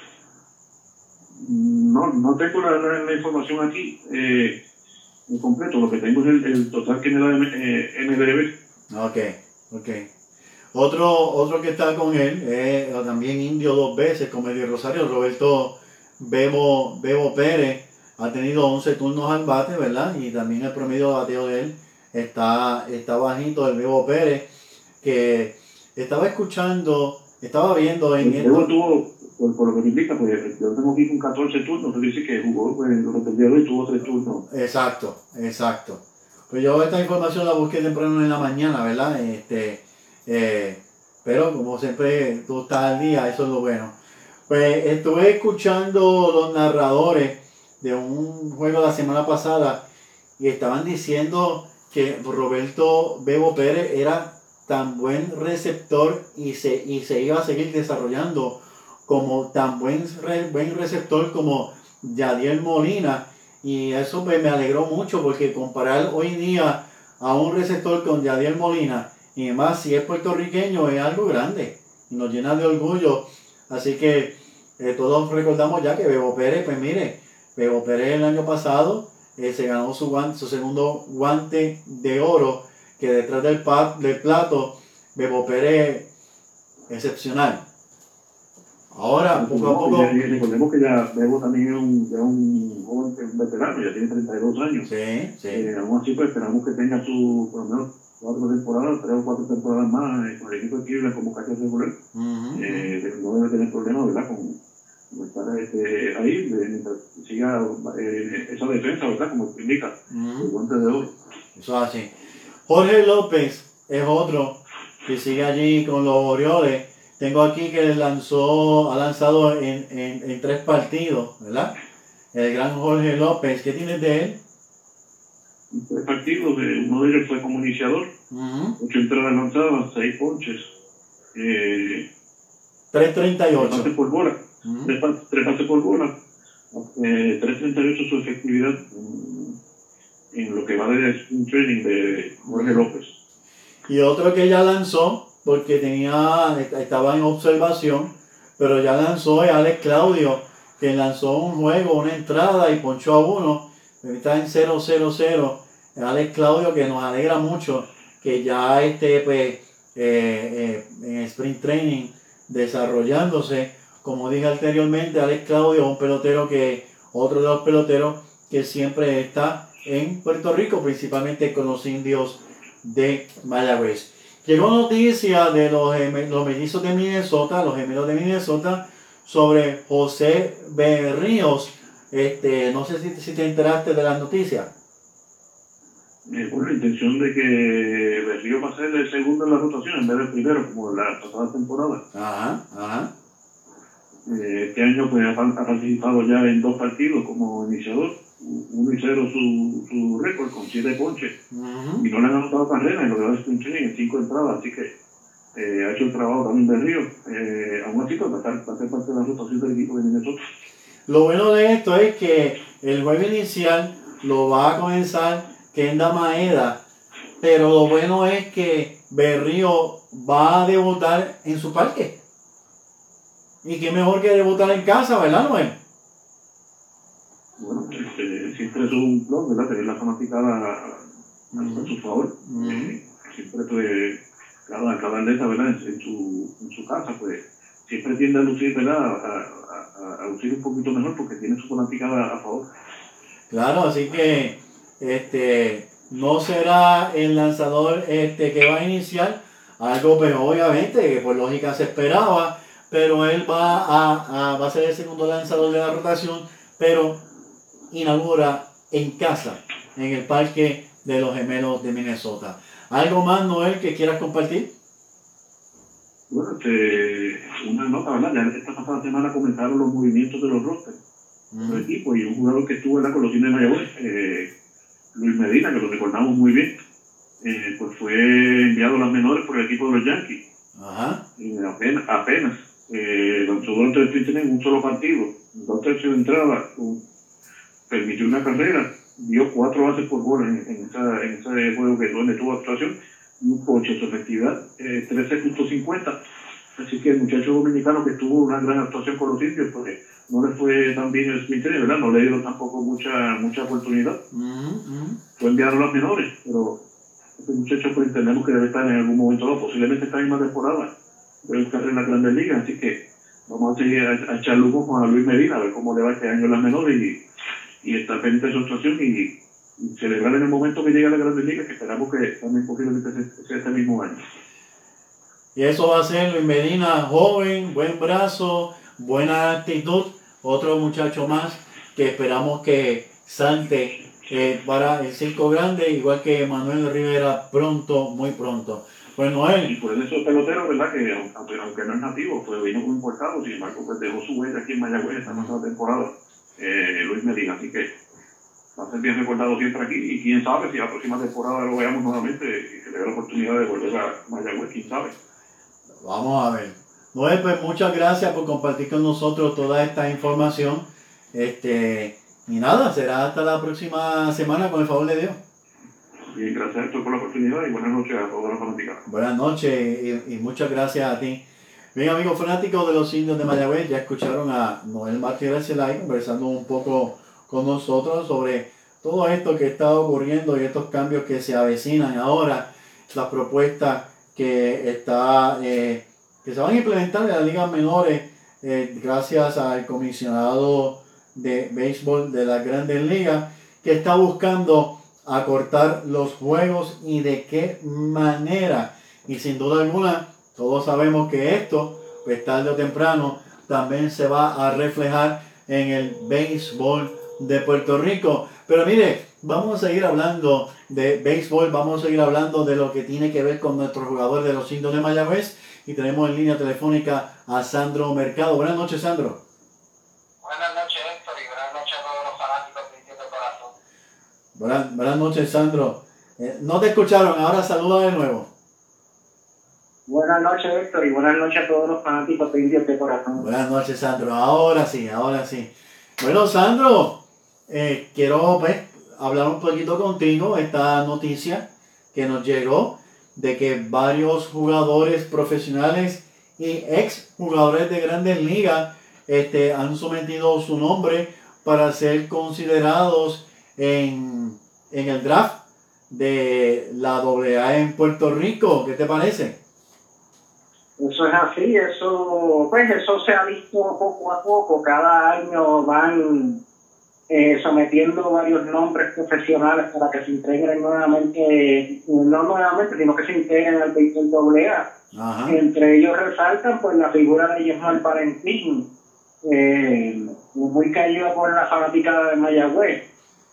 No, no tengo la, la, la información aquí eh, en completo, lo que tengo es el, el total que me da eh, M D B. Ok, ok. Otro, otro que está con él, eh, también indio dos veces, como Eddie Rosario, Roberto Bebo, Bebo Pérez, ha tenido once turnos al bate, ¿verdad? Y también el promedio de bateo de él está, está bajito, el Bebo Pérez, que estaba escuchando, estaba viendo en el Bebo tuvo, por, por lo que me indica, pues yo tengo aquí con catorce turnos, pero dice que jugó, pues lo que el día de hoy tuvo tres turnos. Exacto, exacto. Pues yo esta información la busqué temprano en la mañana, ¿verdad? Este... Eh, pero como siempre tú estás al día, eso es lo bueno. Pues estuve escuchando los narradores de un juego la semana pasada y estaban diciendo que Roberto Bebo Pérez era tan buen receptor y se, y se iba a seguir desarrollando como tan buen, buen receptor como Yadiel Molina, y eso pues me alegró mucho porque comparar hoy día a un receptor con Yadiel Molina, y más si es puertorriqueño, es algo grande y nos llena de orgullo. Así que eh, todos recordamos ya que Bebo Pérez, pues mire, Bebo Pérez el año pasado eh, se ganó su, guante, su segundo guante de oro, que detrás del, pa, del plato, Bebo Pérez excepcional. Ahora, poco a poco... Y recordemos que ya Bebo también es un, ya un joven, un veterano, ya tiene treinta y dos años. Sí, sí. Eh, aún así, pues esperamos que tenga su, por lo menos, cuatro temporadas, tres o cuatro temporadas más eh, con el equipo de Cleveland como catcher regular. Uh-huh. eh, no debe tener problemas, ¿verdad? Con, con estar este, ahí, de, mientras siga eh, esa defensa, ¿verdad? Como indica, uh-huh. El guante de oro. Eso es así. Jorge López es otro que sigue allí con los Orioles. Tengo aquí que lanzó, ha lanzado en, en, en tres partidos, ¿verdad? El gran Jorge López. ¿Qué tienes de él? Tres partidos, de, uno de ellos fue como iniciador, uh-huh. Ocho entradas lanzadas, seis ponches, eh, tres treinta y ocho. Tres pases por bola, uh-huh. tres, tres pases por bola, eh, tres treinta y ocho su efectividad en, en lo que va de un training de Jorge López. Y otro que ya lanzó, porque tenía estaba en observación, pero ya lanzó es Alex Claudio, que lanzó un juego, una entrada y ponchó a uno. Está en cero cero cero. Alex Claudio, que nos alegra mucho que ya esté pues, eh, eh, en sprint training desarrollándose. Como dije anteriormente, Alex Claudio es un pelotero que, otro de los peloteros que siempre está en Puerto Rico, principalmente con los indios de Mayagüez. Llegó noticia de los, los mellizos de Minnesota, los gemelos de Minnesota, sobre José Berríos. Este, no sé si, si te enteraste de las noticias. Eh, bueno, la intención de que Berríos va a ser el segundo en la rotación en vez del primero, como en la pasada temporada. Ajá, ajá. Eh, este año pues, ha, ha participado ya en dos partidos como iniciador, uno y cero su, su récord con siete ponches, uh-huh. Y no le han anotado carrera en lo que va a ser en cinco entradas, así que eh, ha hecho el trabajo también Berríos. Eh, aún así, pues, va a ser parte de la rotación del equipo de Minnesota. Lo bueno de esto es que el juego inicial lo va a comenzar Kenda Maeda, pero lo bueno es que Berríos va a debutar en su parque. Y qué mejor que debutar en casa, ¿verdad, Noel? Bueno, este, siempre es un plus, ¿verdad? Tener la fanaticada uh-huh. a su favor. Uh-huh. Eh, siempre, pues, cada, cada atleta, ¿verdad? En, en, su, en su casa, pues, siempre tiende a lucir, ¿verdad? A, a, a lucir un poquito mejor porque tiene su fanaticada a favor. Claro, así que este no será el lanzador este que va a iniciar, algo pues obviamente que por lógica se esperaba, pero él va a, a, va a ser el segundo lanzador de la rotación, pero inaugura en casa, en el parque de los Gemelos de Minnesota. ¿Algo más, Noel, que quieras compartir? Bueno, este, una nota, ¿verdad? Ya esta pasada semana comenzaron los movimientos de los rosters mm. del equipo y un jugador que estuvo, ¿verdad?, con los Indios de Mayagüez, eh, Luis Medina, que lo recordamos muy bien, eh, pues fue enviado a las menores por el equipo de los Yankees. Ajá. Eh, apenas, apenas eh, lanzó durante el sprint en un solo partido, dos tercios de entrada, un, permitió una carrera, dio cuatro bases por bola en, en, esa, en ese juego que donde tuvo actuación, un ocho, su efectividad eh, trece punto cincuenta. Así que el muchacho dominicano que tuvo una gran actuación con los indios, pues no le fue tan bien el sprint, ¿verdad? No le dieron tampoco mucha mucha oportunidad. Uh-huh. Fue enviado a las menores, pero este muchacho pues entendemos que debe estar en algún momento, no, posiblemente está en una temporada, debe estar en la Grandes Ligas, así que vamos a seguir a, a echarle un ojo a Luis Medina, a ver cómo le va este año en las menores y, y estar pendiente de su actuación y, y celebrar en el momento que llegue a la Grandes Ligas, que esperamos que también posiblemente sea este mismo año. Y eso va a ser Luis Medina, joven, buen brazo, buena actitud, otro muchacho más que esperamos que salte eh, para el circo grande, igual que Manuel Rivera pronto, muy pronto. Pues Noel. Y pues esos peloteros, ¿verdad? Que aunque, aunque no es nativo, pues vino muy importado, sin embargo, pues dejó su huella aquí en Mayagüez esta pasada temporada, eh, Luis Medina, así que va a ser bien recordado siempre aquí y quién sabe si la próxima temporada lo veamos nuevamente y se le dé la oportunidad de volver a Mayagüez, quién sabe. Vamos a ver. Noel, pues muchas gracias por compartir con nosotros toda esta información. Este, y nada, será hasta la próxima semana con el favor de Dios. Bien, gracias a todos por la oportunidad y buenas noches a todos los fanáticos. Buenas noches y, y muchas gracias a ti. Bien, amigos fanáticos de los Indios de Mayagüez, ya escucharon a Noel Martínez Arcelay conversando un poco con nosotros sobre todo esto que está ocurriendo y estos cambios que se avecinan ahora, las propuestas que está eh, que se van a implementar en las ligas menores eh, gracias al comisionado de béisbol de las Grandes Ligas, que está buscando acortar los juegos y de qué manera. Y sin duda alguna, todos sabemos que esto, pues tarde o temprano, también se va a reflejar en el béisbol de Puerto Rico. Pero mire, vamos a seguir hablando de béisbol, vamos a seguir hablando de lo que tiene que ver con nuestro jugador de los Indios de Mayagüez y tenemos en línea telefónica a Sandro Mercado. Buenas noches, Sandro. Buenas noches, Héctor, y buenas noches a todos los fanáticos de Indios de Corazón. Buenas, buenas noches, Sandro. Eh, no te escucharon, ahora saluda de nuevo. Buenas noches, Héctor, y buenas noches a todos los fanáticos de Indios de Corazón. Buenas noches, Sandro. Ahora sí, ahora sí. Bueno, Sandro, eh, quiero pues hablar un poquito contigo esta noticia que nos llegó de que varios jugadores profesionales y ex jugadores de Grandes Ligas este, han sometido su nombre para ser considerados en, en el draft de la doble A en Puerto Rico. ¿Qué te parece? Eso es así, eso, pues eso se ha visto poco a poco, cada año van eh, sometiendo varios nombres profesionales para que se integren nuevamente, no nuevamente, sino que se integren al béisbol doble A. Ajá. Entre ellos resaltan pues la figura de Yesmar Valentín, eh, muy querido por la fanaticada de Mayagüez.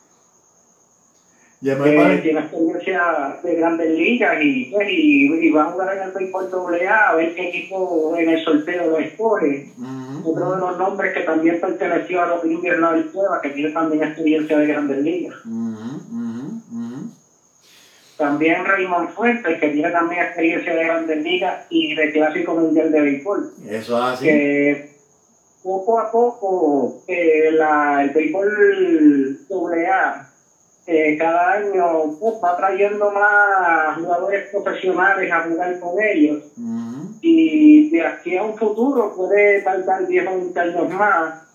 Eh, tiene experiencia de Grandes Ligas y, pues, y, y va a jugar en el béisbol doble A a ver qué equipo en el sorteo lo escoge. Uh-huh. Otro de los nombres que también perteneció a los Indios Naval Cueva, que tiene también experiencia de Grandes Ligas. Uh-huh. Uh-huh. Uh-huh. También Raymond Fuentes, que tiene también experiencia de Grandes Ligas y de Clásico Mundial de Béisbol. Eso es así. Que poco a poco eh, la, el béisbol doble A Eh, cada año pues, va trayendo más jugadores profesionales a jugar con ellos. Uh-huh. Y de aquí a un futuro puede tardar diez o veinte años más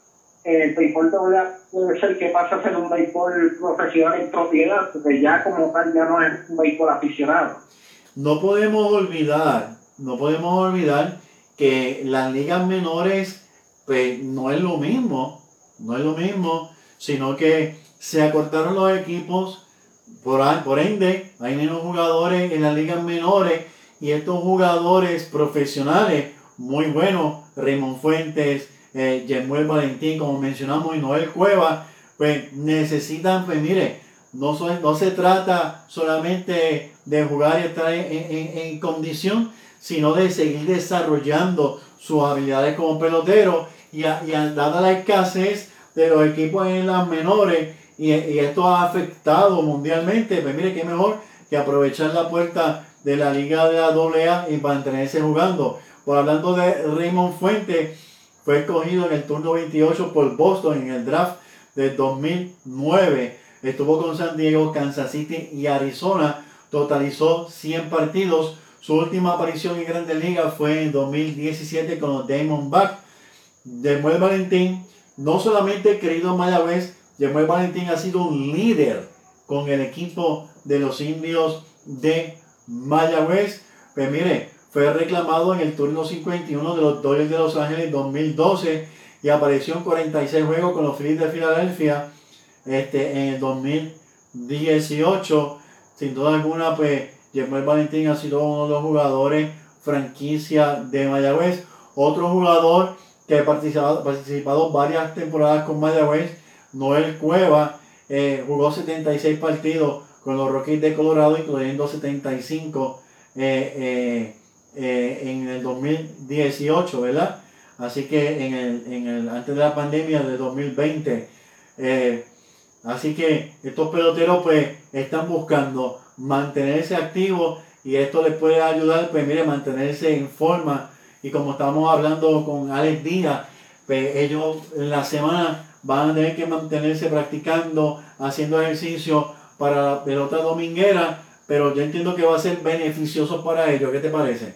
el béisbol doble A puede ser que pase a ser un béisbol profesional en propiedad, porque ya como tal ya no es un béisbol aficionado. No podemos olvidar, no podemos olvidar que las ligas menores, pues no es lo mismo, no es lo mismo, sino que se acortaron los equipos, por, por ende hay menos jugadores en las ligas menores, y estos jugadores profesionales muy buenos, Raymond Fuentes, eh, Yemuel Valentín, como mencionamos, y Noel Cueva, pues necesitan, pues mire, no, so, no se trata solamente de jugar y estar en, en, en condición, sino de seguir desarrollando sus habilidades como pelotero, y, a, y a, dada la escasez de los equipos en las menores, y, y esto ha afectado mundialmente, pues mire qué mejor que aprovechar la puerta de la liga de la doble A y mantenerse jugando. Por hablando de Raymond Fuentes, fue escogido en el turno veintiocho por Boston en el draft del dos mil nueve. Estuvo con San Diego, Kansas City y Arizona. Totalizó cien partidos. Su última aparición en Grandes Ligas fue en dos mil diecisiete con los Diamondbacks. Yemuel Valentín, no solamente querido en Mayagüez, Yemuel Valentín ha sido un líder con el equipo de los Indios de Mayagüez. Pues mire, fue reclamado en el turno cincuenta y uno de los Dodgers de Los Ángeles dos mil doce y apareció en cuarenta y seis juegos con los Phillies de Filadelfia este, en el dos mil dieciocho. Sin duda alguna, pues Yemuel Valentín ha sido uno de los jugadores franquicia de Mayagüez. Otro jugador que ha participado, participado varias temporadas con Mayagüez, Noel Cueva, eh, jugó setenta y seis partidos con los Rockies de Colorado, incluyendo setenta y cinco eh, eh, eh, en el dos mil dieciocho, ¿verdad? Así que en el, en el, antes de la pandemia de dos mil veinte. Eh, así que estos peloteros pues están buscando mantenerse activos, y esto les puede ayudar, pues mire, mantenerse en forma. Y como estamos hablando con Alex Díaz, pues ellos en la semana van a tener que mantenerse practicando, haciendo ejercicio para la pelota dominguera, pero yo entiendo que va a ser beneficioso para ellos. ¿Qué te parece?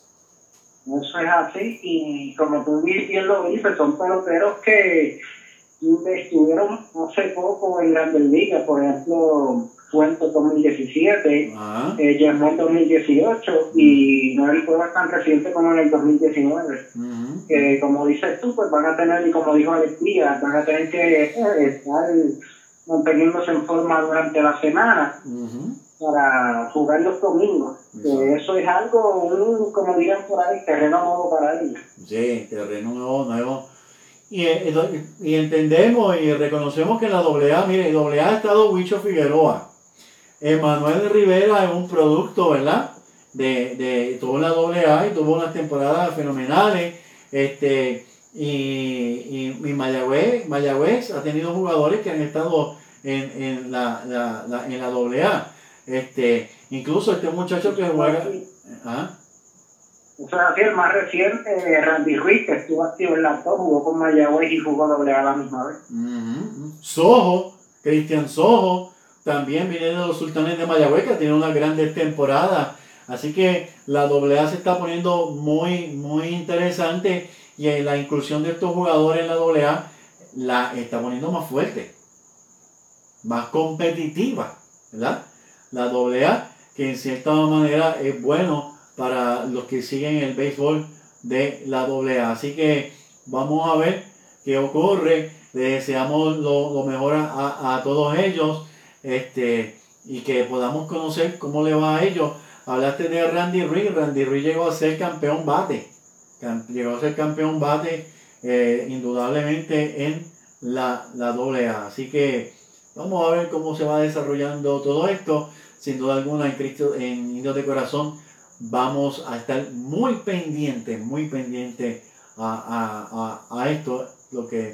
Eso es así, y como tú bien lo dices, son peloteros que estuvieron hace poco en Grandes Ligas, por ejemplo, Fuentes dos mil diecisiete, ah. eh, Yemuel dos mil dieciocho, uh-huh. y Noel Cueva tan reciente como en el dos mil diecinueve. Uh-huh. Eh, como dices tú, pues van a tener, y como dijo Alex Díaz, van a tener que eh, estar manteniéndose en forma durante la semana uh-huh. para jugar los domingos. Eh, eso es algo, un, como digan por ahí, terreno nuevo para ellos. Sí, terreno nuevo, nuevo. Y, y entendemos y reconocemos que en la doble A, mire, en doble A ha estado Huicho Figueroa. Emanuel Rivera es un producto, ¿verdad? De, de tuvo la doble A y tuvo unas temporadas fenomenales. Este, y, y, y Mayagüez, Mayagüez ha tenido jugadores que han estado en, en la, la, la en la doble A. Este, incluso este muchacho que juega. ¿Ah? O sea, el más reciente, Randy Ruiz, que estuvo activo en la dos, jugó con Mayagüez y jugó doble A la misma vez. Uh-huh. Sojo, Cristian Sojo, también viene de los Sultanes de Mayagüez, que tiene una grandes temporada. Así que la doble A se está poniendo muy, muy interesante, y la inclusión de estos jugadores en la doble A la está poniendo más fuerte, más competitiva, ¿verdad? La doble A, que en cierta manera es bueno para los que siguen el béisbol de la doble A. Así que vamos a ver qué ocurre. Le deseamos lo, lo mejor a, a, a todos ellos, este, y que podamos conocer cómo le va a ellos. Hablaste de Randy Ruiz. Randy Ruiz llegó a ser campeón bate. Llegó a ser campeón bate eh, indudablemente en la, la doble A. Así que vamos a ver cómo se va desarrollando todo esto. Sin duda alguna, en, Cristo, en Indios de Corazón vamos a estar muy pendientes, muy pendientes a, a, a, a esto, lo que,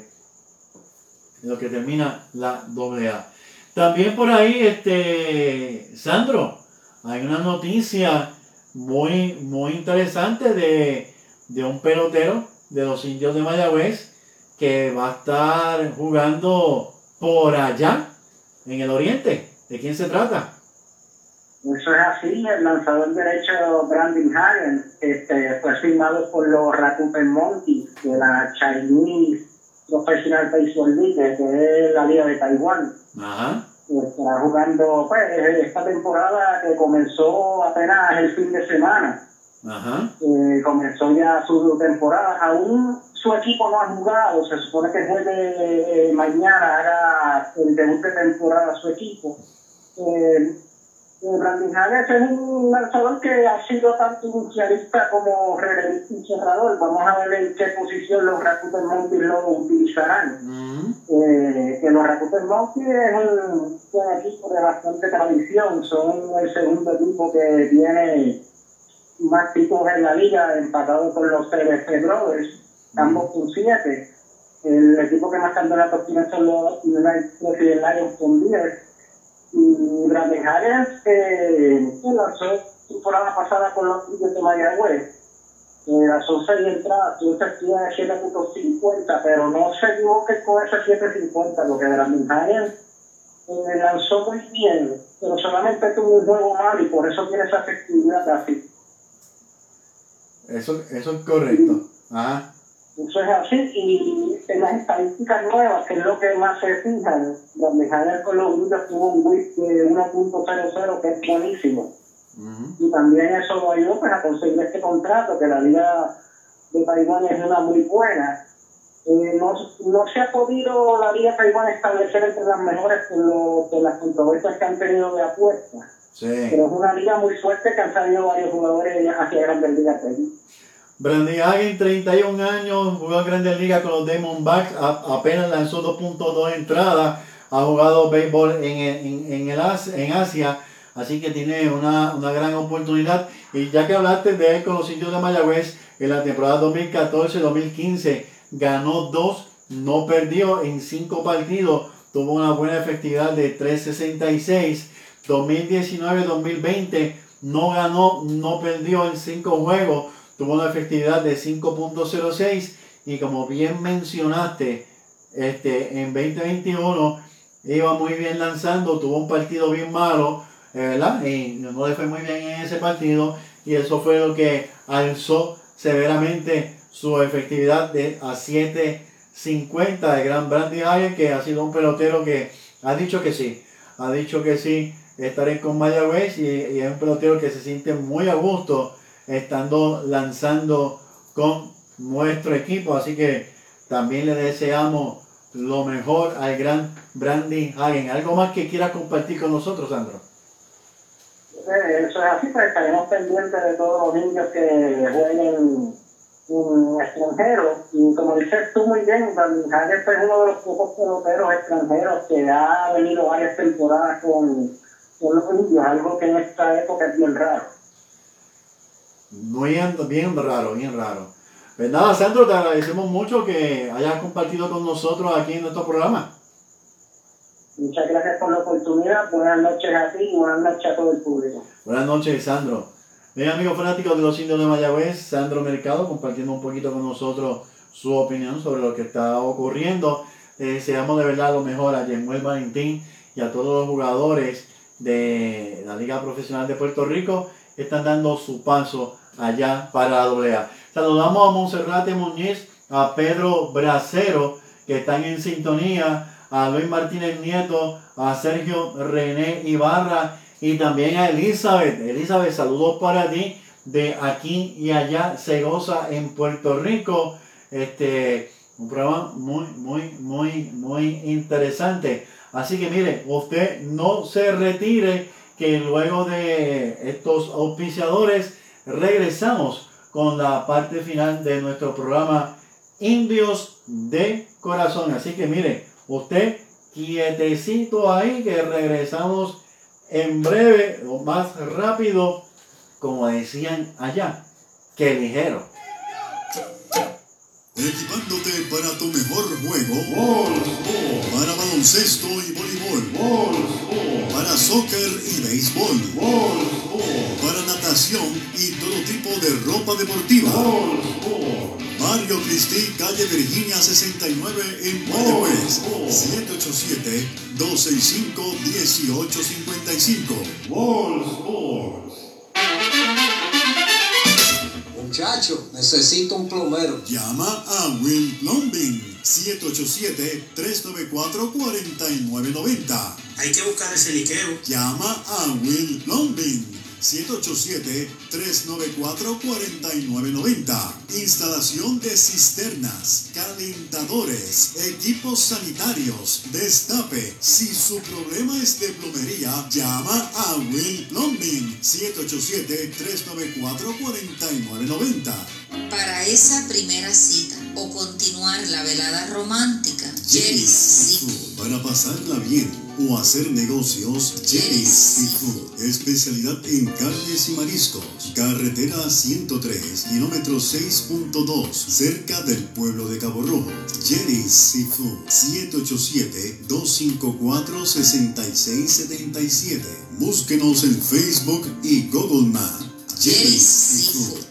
lo que termina la doble A. También por ahí, este Sandro, hay una noticia muy, muy interesante de, de un pelotero de los Indios de Mayagüez que va a estar jugando por allá, en el oriente. ¿De quién se trata? Eso es así. El lanzador derecho Brandon Hagen este, fue firmado por los Rakuten Monkeys de la Chinese Professional Baseball League, que es la liga de Taiwán. Ajá. Está jugando, pues, esta temporada que comenzó apenas el fin de semana. Ajá. Eh, comenzó ya su temporada. Aún su equipo no ha jugado. Se supone que juegue eh, mañana, haga el debut de temporada su equipo. Eh, Brandon Hagen es un lanzador que ha sido tanto inicialista como relevista y cerrador. Vamos a ver en qué posición los Rakuten Monkeys lo utilizarán. Mm. Eh, que los Rakuten Monkeys es un, un equipo de bastante tradición. Son el segundo equipo que tiene más títulos en la liga, empatado con los C B C Brothers, ambos con siete. El equipo que más campeonatos tiene son los United Lions con diez. Y Brandon Hagen eh, lanzó temporada pasada con los Indios de Mayagüez. Eh, lanzó seis entradas, tuvo efectividad de siete punto cincuenta, pero no se equivoque con ese siete punto cincuenta, porque Brandon Hagen eh, lanzó muy bien, pero solamente tuvo un juego malo y por eso tiene esa efectividad así. Eso, eso es correcto. Ajá. Eso es así, y en las estadísticas nuevas, que es lo que más se fijan, donde Javier con los Indios tuvo un whip de uno punto cero cero, que es buenísimo. Uh-huh. Y también eso lo ayudó pues, a conseguir este contrato, que la liga de Taiwán es una muy buena. Eh, no, no se ha podido la liga de Taiwán establecer entre las mejores por, lo, por las controversias que han tenido de apuestas. Sí. Pero es una liga muy fuerte que han salido varios jugadores hacia grandes ligas de allí. Brandon Hagen, treinta y un años, jugó en Grandes Ligas con los Diamondbacks, a, apenas lanzó dos punto dos entradas, ha jugado béisbol en, en, en, el As, en Asia, así que tiene una, una gran oportunidad. Y ya que hablaste de él con los Indios de Mayagüez, en la temporada dos mil catorce dos mil quince ganó dos, no perdió en cinco partidos, tuvo una buena efectividad de tres sesenta y seis. dos mil diecinueve dos mil veinte no ganó, no perdió en cinco juegos, tuvo una efectividad de cinco punto cero seis, y como bien mencionaste, este, en veinte veintiuno iba muy bien lanzando, tuvo un partido bien malo, ¿verdad? Y no le fue muy bien en ese partido, y eso fue lo que alzó severamente su efectividad de a siete cincuenta de gran Brandon Hagen, que ha sido un pelotero que ha dicho que sí, ha dicho que sí, estaré con Mayagüez, y, y es un pelotero que se siente muy a gusto estando lanzando con nuestro equipo, así que también le deseamos lo mejor al gran Brandon Hagen. ¿Algo más que quiera compartir con nosotros, Sandro? Eh, eso es así, pues estaremos pendientes de todos los indios que jueguen en extranjero, y como dices tú muy bien, Brandon Hagen es uno de los pocos peloteros extranjeros que ha venido varias temporadas con, con los indios, algo que en esta época es bien raro. Muy bien raro, bien raro. Pues nada, Sandro, te agradecemos mucho que hayas compartido con nosotros aquí en nuestro programa. Muchas gracias por la oportunidad. Buenas noches a ti y buenas noches a todo el público. Buenas noches, Sandro. Bien, amigos fanáticos de los Indios de Mayagüez, Sandro Mercado compartiendo un poquito con nosotros su opinión sobre lo que está ocurriendo. Eh, deseamos de verdad lo mejor a Yemuel Valentín y a todos los jugadores de la Liga Profesional de Puerto Rico que están dando su paso allá para la doble A. Saludamos a Monserrate Muñiz, a Pedro Bracero, que están en sintonía, a Luis Martínez Nieto, a Sergio René Ibarra y también a Elizabeth. Elizabeth, saludos para ti de aquí y allá, Segosa en Puerto Rico. Este, un programa muy, muy, muy, muy interesante. Así que mire, usted no se retire, que luego de estos auspiciadores regresamos con la parte final de nuestro programa Indios de Corazón. Así que mire, usted quietecito ahí, que regresamos en breve, o más rápido, como decían allá, que ligero. Equipándote para tu mejor juego. Ball Sport. Para baloncesto y voleibol. Ball Sport. Para soccer y béisbol. Ball Sport. Para natación y todo tipo de ropa deportiva. Ball Sport. Mario Cristi, calle Virginia sesenta y nueve en Mayagüez. siete ocho siete, dos seis cinco, uno ocho cinco cinco. Ball Sports. Muchacho, necesito un plomero. Llama a Will Plumbing. siete ocho siete, tres nueve cuatro, cuatro nueve nueve cero. Hay que buscar ese liqueo. Llama a Will Plumbing. siete ocho siete, tres nueve cuatro, cuatro nueve nueve cero. Instalación de cisternas, calentadores, equipos sanitarios, destape. Si su problema es de plomería, llama a Will Plumbing. siete ocho siete, tres nueve cuatro, cuatro nueve nueve cero. Para esa primera cita o continuar la velada romántica, Jerry's Seafood. Para pasarla bien o hacer negocios, Jerry's Seafood. Especialidad en carnes y mariscos. Carretera ciento tres, kilómetro seis punto dos, cerca del pueblo de Cabo Rojo. Jerry's Seafood. siete ocho siete, dos cinco cuatro, seis seis siete siete. Búsquenos en Facebook y Google Maps. Jerry's Seafood.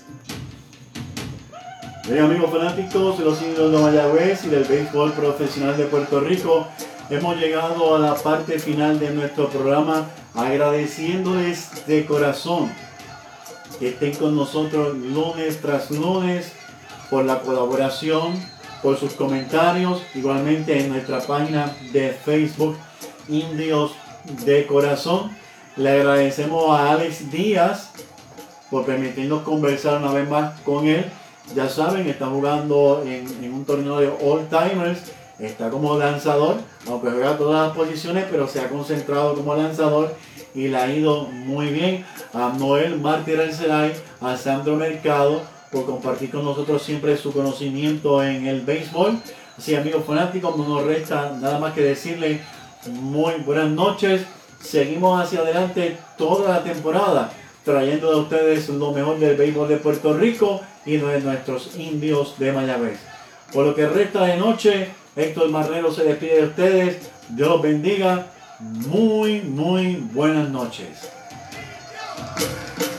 Bien, amigos fanáticos de los Indios de Mayagüez y del béisbol profesional de Puerto Rico, hemos llegado a la parte final de nuestro programa, agradeciéndoles de corazón que estén con nosotros lunes tras lunes, por la colaboración, por sus comentarios, igualmente en nuestra página de Facebook Indios de Corazón. Le agradecemos a Alex Díaz por permitirnos conversar una vez más con él. Ya saben, está jugando en, en un torneo de All Timers, está como lanzador, aunque juega todas las posiciones, pero se ha concentrado como lanzador y le ha ido muy bien. A Noel Mártir Arcelay, a Sandro Mercado, por compartir con nosotros siempre su conocimiento en el béisbol. Así, amigos fanáticos, no nos resta nada más que decirles muy buenas noches. Seguimos hacia adelante toda la temporada, trayendo a ustedes lo mejor del béisbol de Puerto Rico y de nuestros Indios de Mayagüez. Por lo que resta de noche, Héctor Marrero se despide de ustedes. Dios los bendiga. Muy, muy buenas noches.